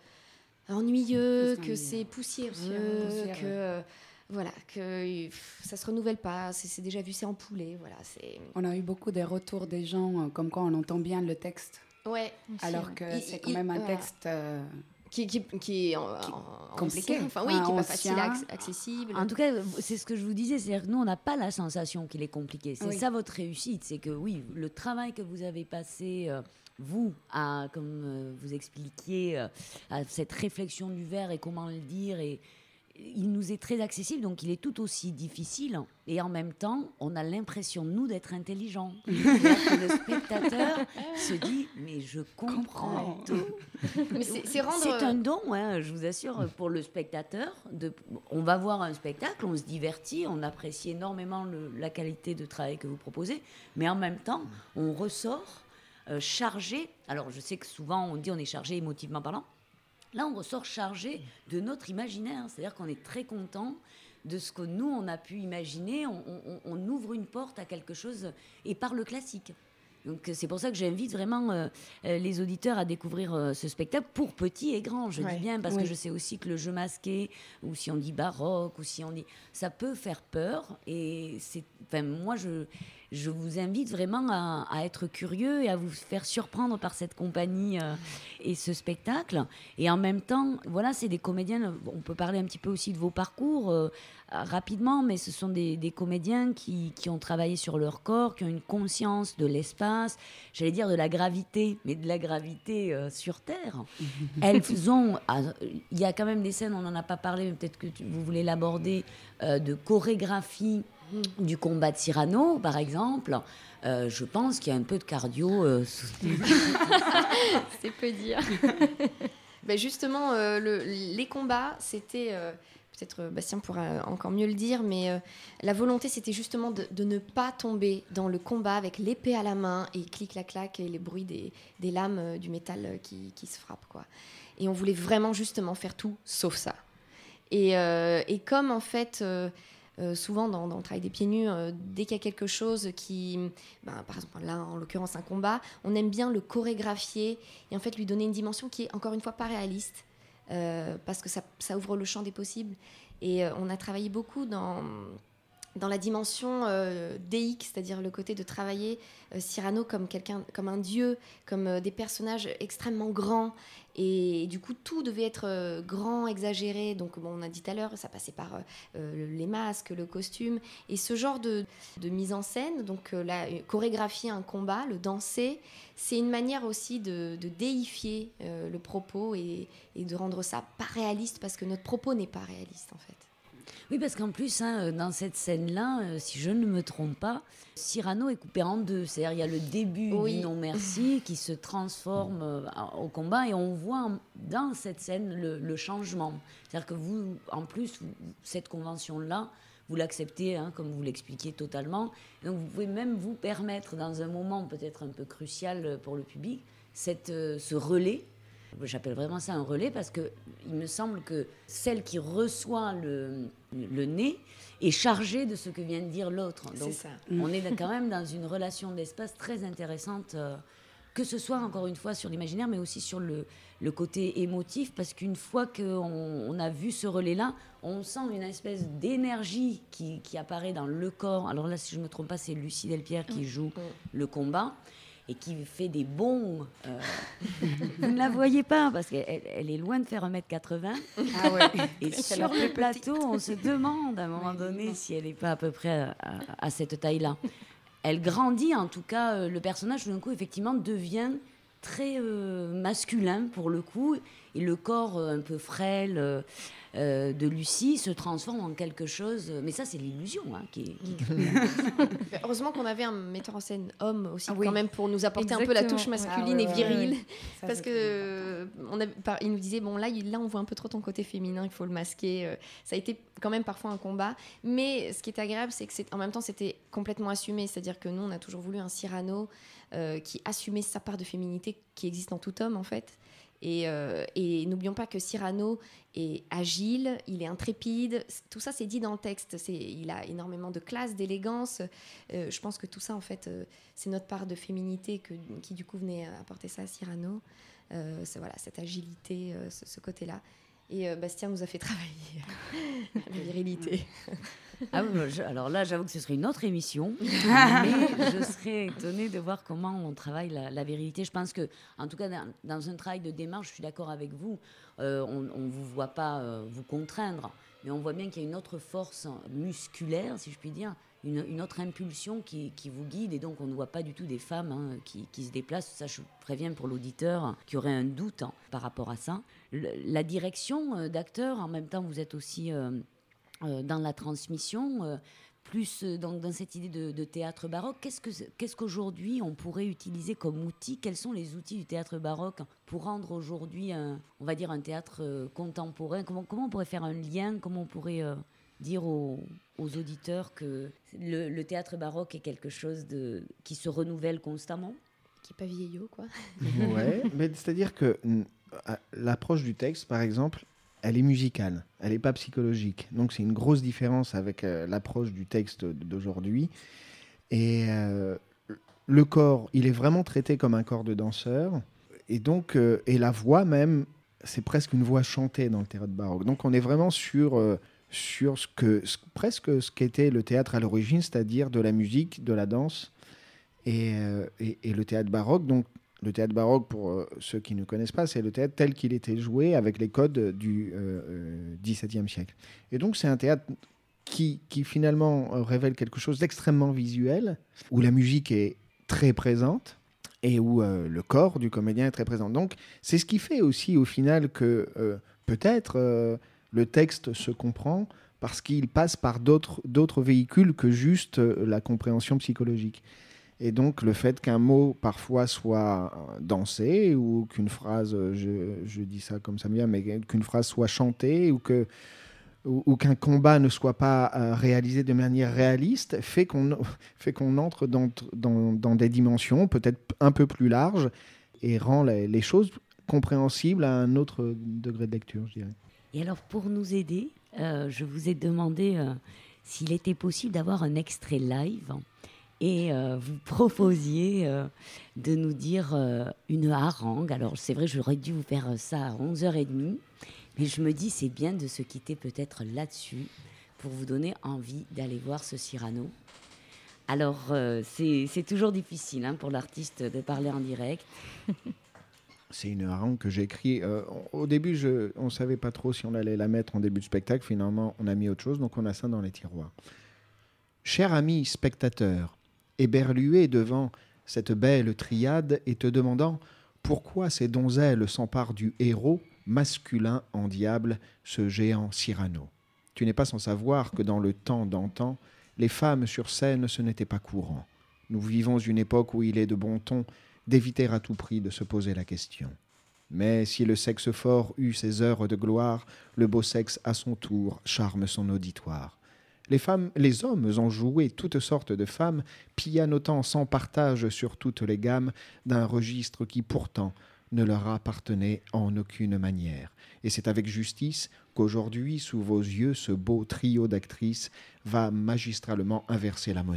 ennuyeux, que c'est poussiéreux, poussiéreux. que... Euh, Voilà, que pff, ça se renouvelle pas, c'est, c'est déjà vu, c'est empoulé, voilà. C'est... On a eu beaucoup de retours des gens, euh, comme quoi on entend bien le texte. Ouais. Alors que il, c'est quand il, même un voilà. texte euh, qui, qui, qui est en, qui, en, compliqué, ancien, enfin oui, enfin, qui n'est pas ancien. facile, accessible. En tout cas, c'est ce que je vous disais, c'est-à-dire que nous, on n'a pas la sensation qu'il est compliqué. C'est oui. ça votre réussite, c'est que oui, le travail que vous avez passé, euh, vous, à, comme euh, vous expliquiez, euh, à cette réflexion du vers et comment le dire, et il nous est très accessible, donc il est tout aussi difficile. Et en même temps, on a l'impression, nous, d'être intelligents. Le spectateur se dit, mais je comprends tout. Mais c'est, c'est, rendre... c'est un don, hein, je vous assure, pour le spectateur. De... On va voir un spectacle, on se divertit, on apprécie énormément le, la qualité de travail que vous proposez, mais en même temps, on ressort euh, chargé. Alors, je sais que souvent, on dit on est chargé émotivement parlant. Là, on ressort chargé de notre imaginaire. C'est-à-dire qu'on est très content de ce que nous, on a pu imaginer. On, on, on ouvre une porte à quelque chose, et par le classique. Donc, c'est pour ça que j'invite vraiment euh, les auditeurs à découvrir euh, ce spectacle pour petits et grands. Je ouais. dis bien, parce oui. que je sais aussi que le jeu masqué, ou si on dit baroque, ou si on dit... ça peut faire peur. Et c'est... Enfin, moi, je... je vous invite vraiment à, à être curieux et à vous faire surprendre par cette compagnie euh, et ce spectacle. Et en même temps, voilà, c'est des comédiens, on peut parler un petit peu aussi de vos parcours euh, rapidement, mais ce sont des, des comédiens qui, qui ont travaillé sur leur corps, qui ont une conscience de l'espace, j'allais dire de la gravité, mais de la gravité euh, sur Terre. Elles ont, il y a quand même des scènes, on n'en a pas parlé, mais peut-être que tu, vous voulez l'aborder, euh, de chorégraphie du combat de Cyrano, par exemple. Euh, je pense qu'il y a un peu de cardio. Euh, sous... C'est peu dire. ben justement, euh, le, les combats, c'était... Euh, peut-être Bastien pourra encore mieux le dire, mais euh, la volonté, c'était justement de, de ne pas tomber dans le combat avec l'épée à la main et clic-clac-clac et les bruits des, des lames euh, du métal qui, qui se frappent, quoi. Et on voulait vraiment justement faire tout sauf ça. Et, euh, et comme, en fait... Euh, Euh, souvent dans, dans le travail des pieds nus, euh, dès qu'il y a quelque chose qui, ben, par exemple là en l'occurrence un combat, on aime bien le chorégraphier et en fait lui donner une dimension qui est encore une fois pas réaliste euh, parce que ça, ça ouvre le champ des possibles. Et euh, on a travaillé beaucoup dans, dans la dimension euh, déique, c'est-à-dire le côté de travailler euh, Cyrano comme, quelqu'un, comme un dieu, comme euh, des personnages extrêmement grands. Et, et du coup, tout devait être euh, grand, exagéré. Donc, bon, on a dit tout à l'heure, ça passait par euh, les masques, le costume. Et ce genre de, de mise en scène, donc euh, la, chorégraphier un combat, le danser, c'est une manière aussi de, de déifier euh, le propos et, et de rendre ça pas réaliste, parce que notre propos n'est pas réaliste, en fait. Oui, parce qu'en plus, hein, dans cette scène-là, euh, si je ne me trompe pas, Cyrano est coupé en deux. C'est-à-dire il y a le début oui. du non merci qui se transforme euh, au combat et on voit dans cette scène le, le changement. C'est-à-dire que vous, en plus, vous, cette convention-là, vous l'acceptez, hein, comme vous l'expliquiez totalement. Donc vous pouvez même vous permettre, dans un moment peut-être un peu crucial pour le public, cette, euh, ce relais. J'appelle vraiment ça un relais parce qu'il me semble que celle qui reçoit le, le nez est chargée de ce que vient de dire l'autre. Donc, c'est ça. On est quand même dans une relation d'espace très intéressante euh, que ce soit encore une fois sur l'imaginaire, mais aussi sur le, le côté émotif, parce qu'une fois qu'on on a vu ce relais-là, on sent une espèce d'énergie qui, qui apparaît dans le corps. Alors là, si je ne me trompe pas, c'est Lucie Delpierre qui joue le combat et qui fait des bonds. Euh... Vous ne la voyez pas, parce qu'elle elle est loin de faire un mètre quatre-vingts. Ah ouais. Et sur le plateau, on se demande à un moment donné si elle n'est pas à peu près à, à, à cette taille-là. Elle grandit, en tout cas, euh, le personnage, tout d'un coup, effectivement, devient très euh, masculin, pour le coup, et le corps euh, un peu frêle euh, euh, de Lucie se transforme en quelque chose... Mais ça, c'est l'illusion hein, qui, qui crée. Heureusement qu'on avait un metteur en scène homme aussi, ah, oui. quand même, pour nous apporter Exactement. un peu la touche masculine ah, ouais, et virile. Ouais, ouais. Ça, parce que on a, par, il nous disait, bon, là, il, là, on voit un peu trop ton côté féminin, il faut le masquer. Ça a été quand même parfois un combat. Mais ce qui est agréable, c'est que c'est, en même temps, c'était complètement assumé. C'est-à-dire que nous, on a toujours voulu un Cyrano euh, qui assumait sa part de féminité qui existe en tout homme, en fait. Et, euh, et n'oublions pas que Cyrano est agile, il est intrépide, tout ça c'est dit dans le texte, c'est, il a énormément de classe, d'élégance, euh, je pense que tout ça en fait euh, c'est notre part de féminité que, qui du coup venait apporter ça à Cyrano, euh, c'est, voilà, cette agilité, euh, ce, ce côté-là. Et euh, Bastien nous a fait travailler la virilité. Ah oui, je, alors là, j'avoue que ce serait une autre émission, mais je serais étonnée de voir comment on travaille la, la virilité. Je pense que, en tout cas, dans, dans un travail de démarche, je suis d'accord avec vous. Euh, on ne vous voit pas euh, vous contraindre, mais on voit bien qu'il y a une autre force musculaire, si je puis dire, une, une autre impulsion qui, qui vous guide, et donc on ne voit pas du tout des femmes hein, qui, qui se déplacent. Ça, je préviens pour l'auditeur qui aurait un doute hein, par rapport à ça. Le, la direction euh, d'acteur, en même temps, vous êtes aussi euh, euh, dans la transmission, euh, plus euh, dans, dans cette idée de, de théâtre baroque. Qu'est-ce, que, qu'est-ce qu'aujourd'hui on pourrait utiliser comme outil ? Quels sont les outils du théâtre baroque pour rendre aujourd'hui, un, on va dire, un théâtre euh, contemporain ? Comment, comment on pourrait faire un lien ? Comment on pourrait... Euh, dire aux, aux auditeurs que le, le théâtre baroque est quelque chose de, qui se renouvelle constamment. Qui n'est pas vieillot, quoi. Ouais, mais c'est-à-dire que l'approche du texte, par exemple, elle est musicale, elle n'est pas psychologique. Donc c'est une grosse différence avec euh, l'approche du texte d'aujourd'hui. Et euh, le corps, il est vraiment traité comme un corps de danseur. Et donc, euh, et la voix même, c'est presque une voix chantée dans le théâtre baroque. Donc on est vraiment sur... Euh, sur ce que, ce, presque ce qu'était le théâtre à l'origine, c'est-à-dire de la musique, de la danse et, euh, et, et le théâtre baroque. Donc, le théâtre baroque, pour euh, ceux qui ne connaissent pas, c'est le théâtre tel qu'il était joué avec les codes du euh, dix-septième siècle. Et donc, c'est un théâtre qui, qui finalement euh, révèle quelque chose d'extrêmement visuel, où la musique est très présente et où euh, le corps du comédien est très présent. Donc, c'est ce qui fait aussi, au final, que euh, peut-être... Euh, le texte se comprend parce qu'il passe par d'autres, d'autres véhicules que juste la compréhension psychologique. Et donc, le fait qu'un mot, parfois, soit dansé ou qu'une phrase, je, je dis ça comme ça me vient, mais qu'une phrase soit chantée ou, que, ou, ou qu'un combat ne soit pas euh, réalisé de manière réaliste, fait qu'on, fait qu'on entre dans, dans, dans des dimensions peut-être un peu plus larges et rend les, les choses compréhensibles à un autre degré de lecture, je dirais. Et alors, pour nous aider, euh, je vous ai demandé euh, s'il était possible d'avoir un extrait live et euh, vous proposiez euh, de nous dire euh, une harangue. Alors, c'est vrai, j'aurais dû vous faire ça à onze heures trente, mais je me dis c'est bien de se quitter peut-être là-dessus pour vous donner envie d'aller voir ce Cyrano. Alors, euh, c'est, c'est toujours difficile hein, pour l'artiste de parler en direct. C'est une harangue que j'ai écrite. Euh, au début, je, on ne savait pas trop si on allait la mettre en début de spectacle. Finalement, on a mis autre chose, donc on a ça dans les tiroirs. Cher ami spectateur, éberlué devant cette belle triade et te demandant pourquoi ces donzelles s'emparent du héros masculin en diable, ce géant Cyrano. Tu n'es pas sans savoir que dans le temps d'antan, les femmes sur scène, ce n'était pas courant. Nous vivons une époque où il est de bon ton d'éviter à tout prix de se poser la question. Mais si le sexe fort eut ses heures de gloire, le beau sexe à son tour charme son auditoire. Les femmes, les hommes ont joué toutes sortes de femmes, pianotant sans partage sur toutes les gammes d'un registre qui pourtant ne leur appartenait en aucune manière. Et c'est avec justice qu'aujourd'hui, sous vos yeux, ce beau trio d'actrices va magistralement inverser la monnaie.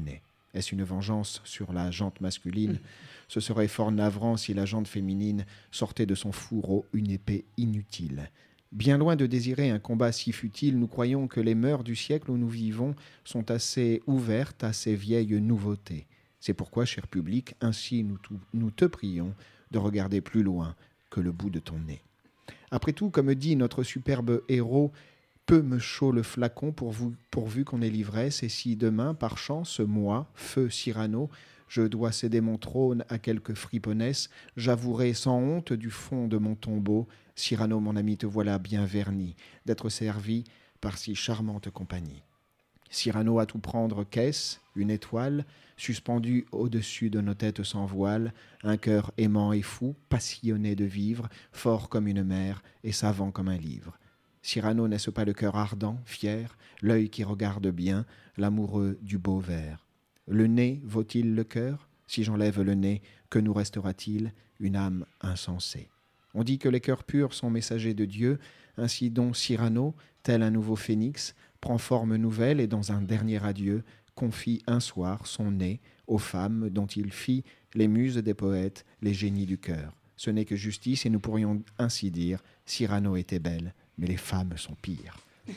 Est-ce une vengeance sur la jante masculine ? Ce serait fort navrant si la jante féminine sortait de son fourreau une épée inutile. Bien loin de désirer un combat si futile, nous croyons que les mœurs du siècle où nous vivons sont assez ouvertes à ces vieilles nouveautés. C'est pourquoi, cher public, ainsi nous, tout, nous te prions de regarder plus loin que le bout de ton nez. Après tout, comme dit notre superbe héros, peu me chaud le flacon pour vous, pourvu qu'on ait l'ivresse, et si demain, par chance, moi, feu Cyrano, je dois céder mon trône à quelque friponesse, j'avouerai sans honte du fond de mon tombeau, Cyrano, mon ami, te voilà bien verni d'être servi par si charmante compagnie. Cyrano, à tout prendre, qu'est-ce ? Une étoile, suspendue au-dessus de nos têtes sans voile, un cœur aimant et fou, passionné de vivre, fort comme une mer et savant comme un livre. Cyrano, n'est-ce pas le cœur ardent, fier, l'œil qui regarde bien, l'amoureux du beau vers ? Le nez vaut-il le cœur ? Si j'enlève le nez, que nous restera-t-il ? Une âme insensée. On dit que les cœurs purs sont messagers de Dieu, ainsi donc Cyrano, tel un nouveau phénix, prend forme nouvelle et dans un dernier adieu, confie un soir son nez aux femmes dont il fit les muses des poètes, les génies du cœur. Ce n'est que justice et nous pourrions ainsi dire, Cyrano était belle, mais les femmes sont pires.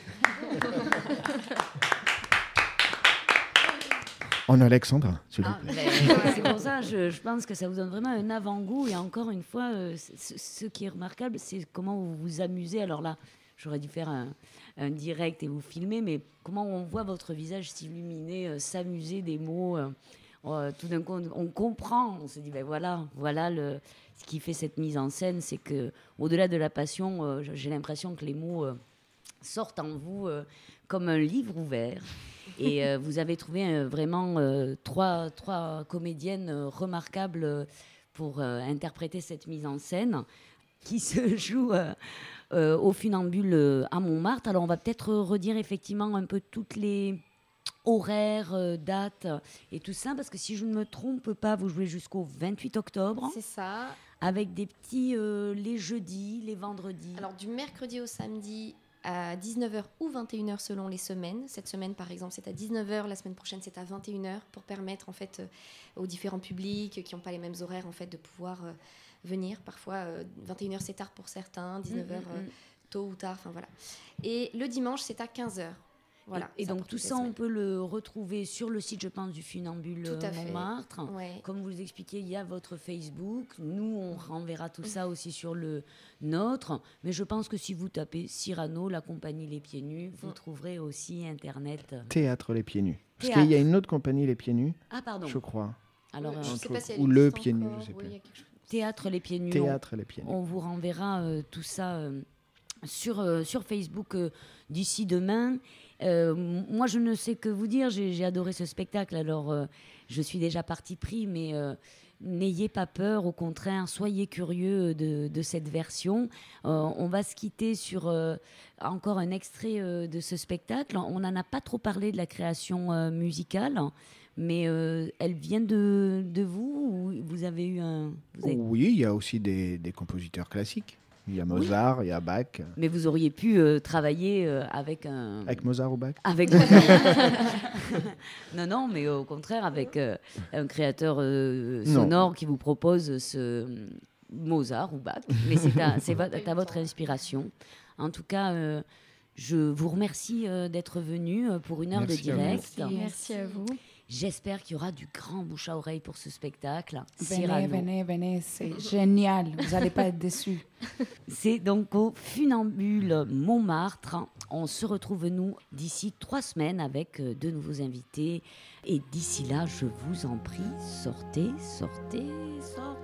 En Alexandrin, s'il vous Ah, plaît. ben, c'est pour ça, je, je pense que ça vous donne vraiment un avant-goût. Et encore une fois, euh, ce, ce qui est remarquable, c'est comment vous vous amusez. Alors là, j'aurais dû faire un, un direct et vous filmer, mais comment on voit votre visage s'illuminer, euh, s'amuser des mots. Euh, euh, tout d'un coup, on, on comprend. On se dit, ben voilà, voilà le, ce qui fait cette mise en scène, c'est que au-delà de la passion, euh, j'ai l'impression que les mots euh, sortent en vous euh, comme un livre ouvert. Et euh, vous avez trouvé euh, vraiment euh, trois, trois comédiennes euh, remarquables euh, pour euh, interpréter cette mise en scène qui se joue euh, euh, au Funambule euh, à Montmartre. Alors on va peut-être redire effectivement un peu toutes les horaires, euh, dates et tout ça, parce que si je ne me trompe pas, vous jouez jusqu'au vingt-huit octobre. C'est ça. Avec des petits, euh, les jeudis, les vendredis. Alors du mercredi au samedi à dix-neuf heures ou vingt et une heures selon les semaines. Cette semaine, par exemple, c'est à dix-neuf heures. La semaine prochaine, c'est à vingt et une heures pour permettre en fait euh, aux différents publics qui n'ont pas les mêmes horaires en fait de pouvoir euh, venir. Parfois, euh, vingt et une heures, c'est tard pour certains, dix-neuf heures, mmh, mmh, mmh. euh, tôt ou tard. Enfin voilà. Et le dimanche, c'est à quinze heures. Voilà, et, et donc tout ça, on peut le retrouver sur le site, je pense, du Funambule Montmartre. Ouais. Comme vous l'expliquiez, il y a votre Facebook. Nous, on renverra tout ça aussi sur le nôtre. Mais je pense que si vous tapez Cyrano, la compagnie Les Pieds Nus, vous mm. trouverez aussi Internet. Théâtre Les Pieds Nus. Parce Théâtre. qu'il y a une autre compagnie Les Pieds Nus. Ah, pardon. Je crois. Alors, je euh, sais pas si elle ou le existe Pieds Nus, encore. je sais Oui, pas. il y a quelque chose. Théâtre Les Pieds Nus. Théâtre on, Les Pieds Nus. On vous renverra euh, tout ça euh, sur, euh, sur Facebook euh, d'ici demain. Euh, moi, je ne sais que vous dire. J'ai, j'ai adoré ce spectacle. Alors, euh, je suis déjà partie pris, mais euh, n'ayez pas peur. Au contraire, soyez curieux de, de cette version. Euh, on va se quitter sur euh, encore un extrait euh, de ce spectacle. On n'en a pas trop parlé de la création euh, musicale, mais euh, elle vient de, de vous ou vous avez eu un... Vous avez... Oui, il y a aussi des, des compositeurs classiques. Il y a Mozart, oui. Il y a Bach. Mais vous auriez pu euh, travailler euh, avec un... Avec Mozart ou Bach Avec Mozart. Non, non, mais au contraire, avec euh, un créateur euh, sonore non. qui vous propose ce Mozart ou Bach. Mais c'est à, c'est à votre inspiration. En tout cas, euh, je vous remercie euh, d'être venu pour une heure Merci de direct. Merci. Merci à vous. J'espère qu'il y aura du grand bouche à oreille pour ce spectacle. Venez, Cyrano. venez, venez, c'est génial. Vous n'allez pas être déçus. C'est donc au Funambule Montmartre. On se retrouve, nous, d'ici trois semaines avec de nouveaux invités. Et d'ici là, je vous en prie, sortez, sortez, sortez.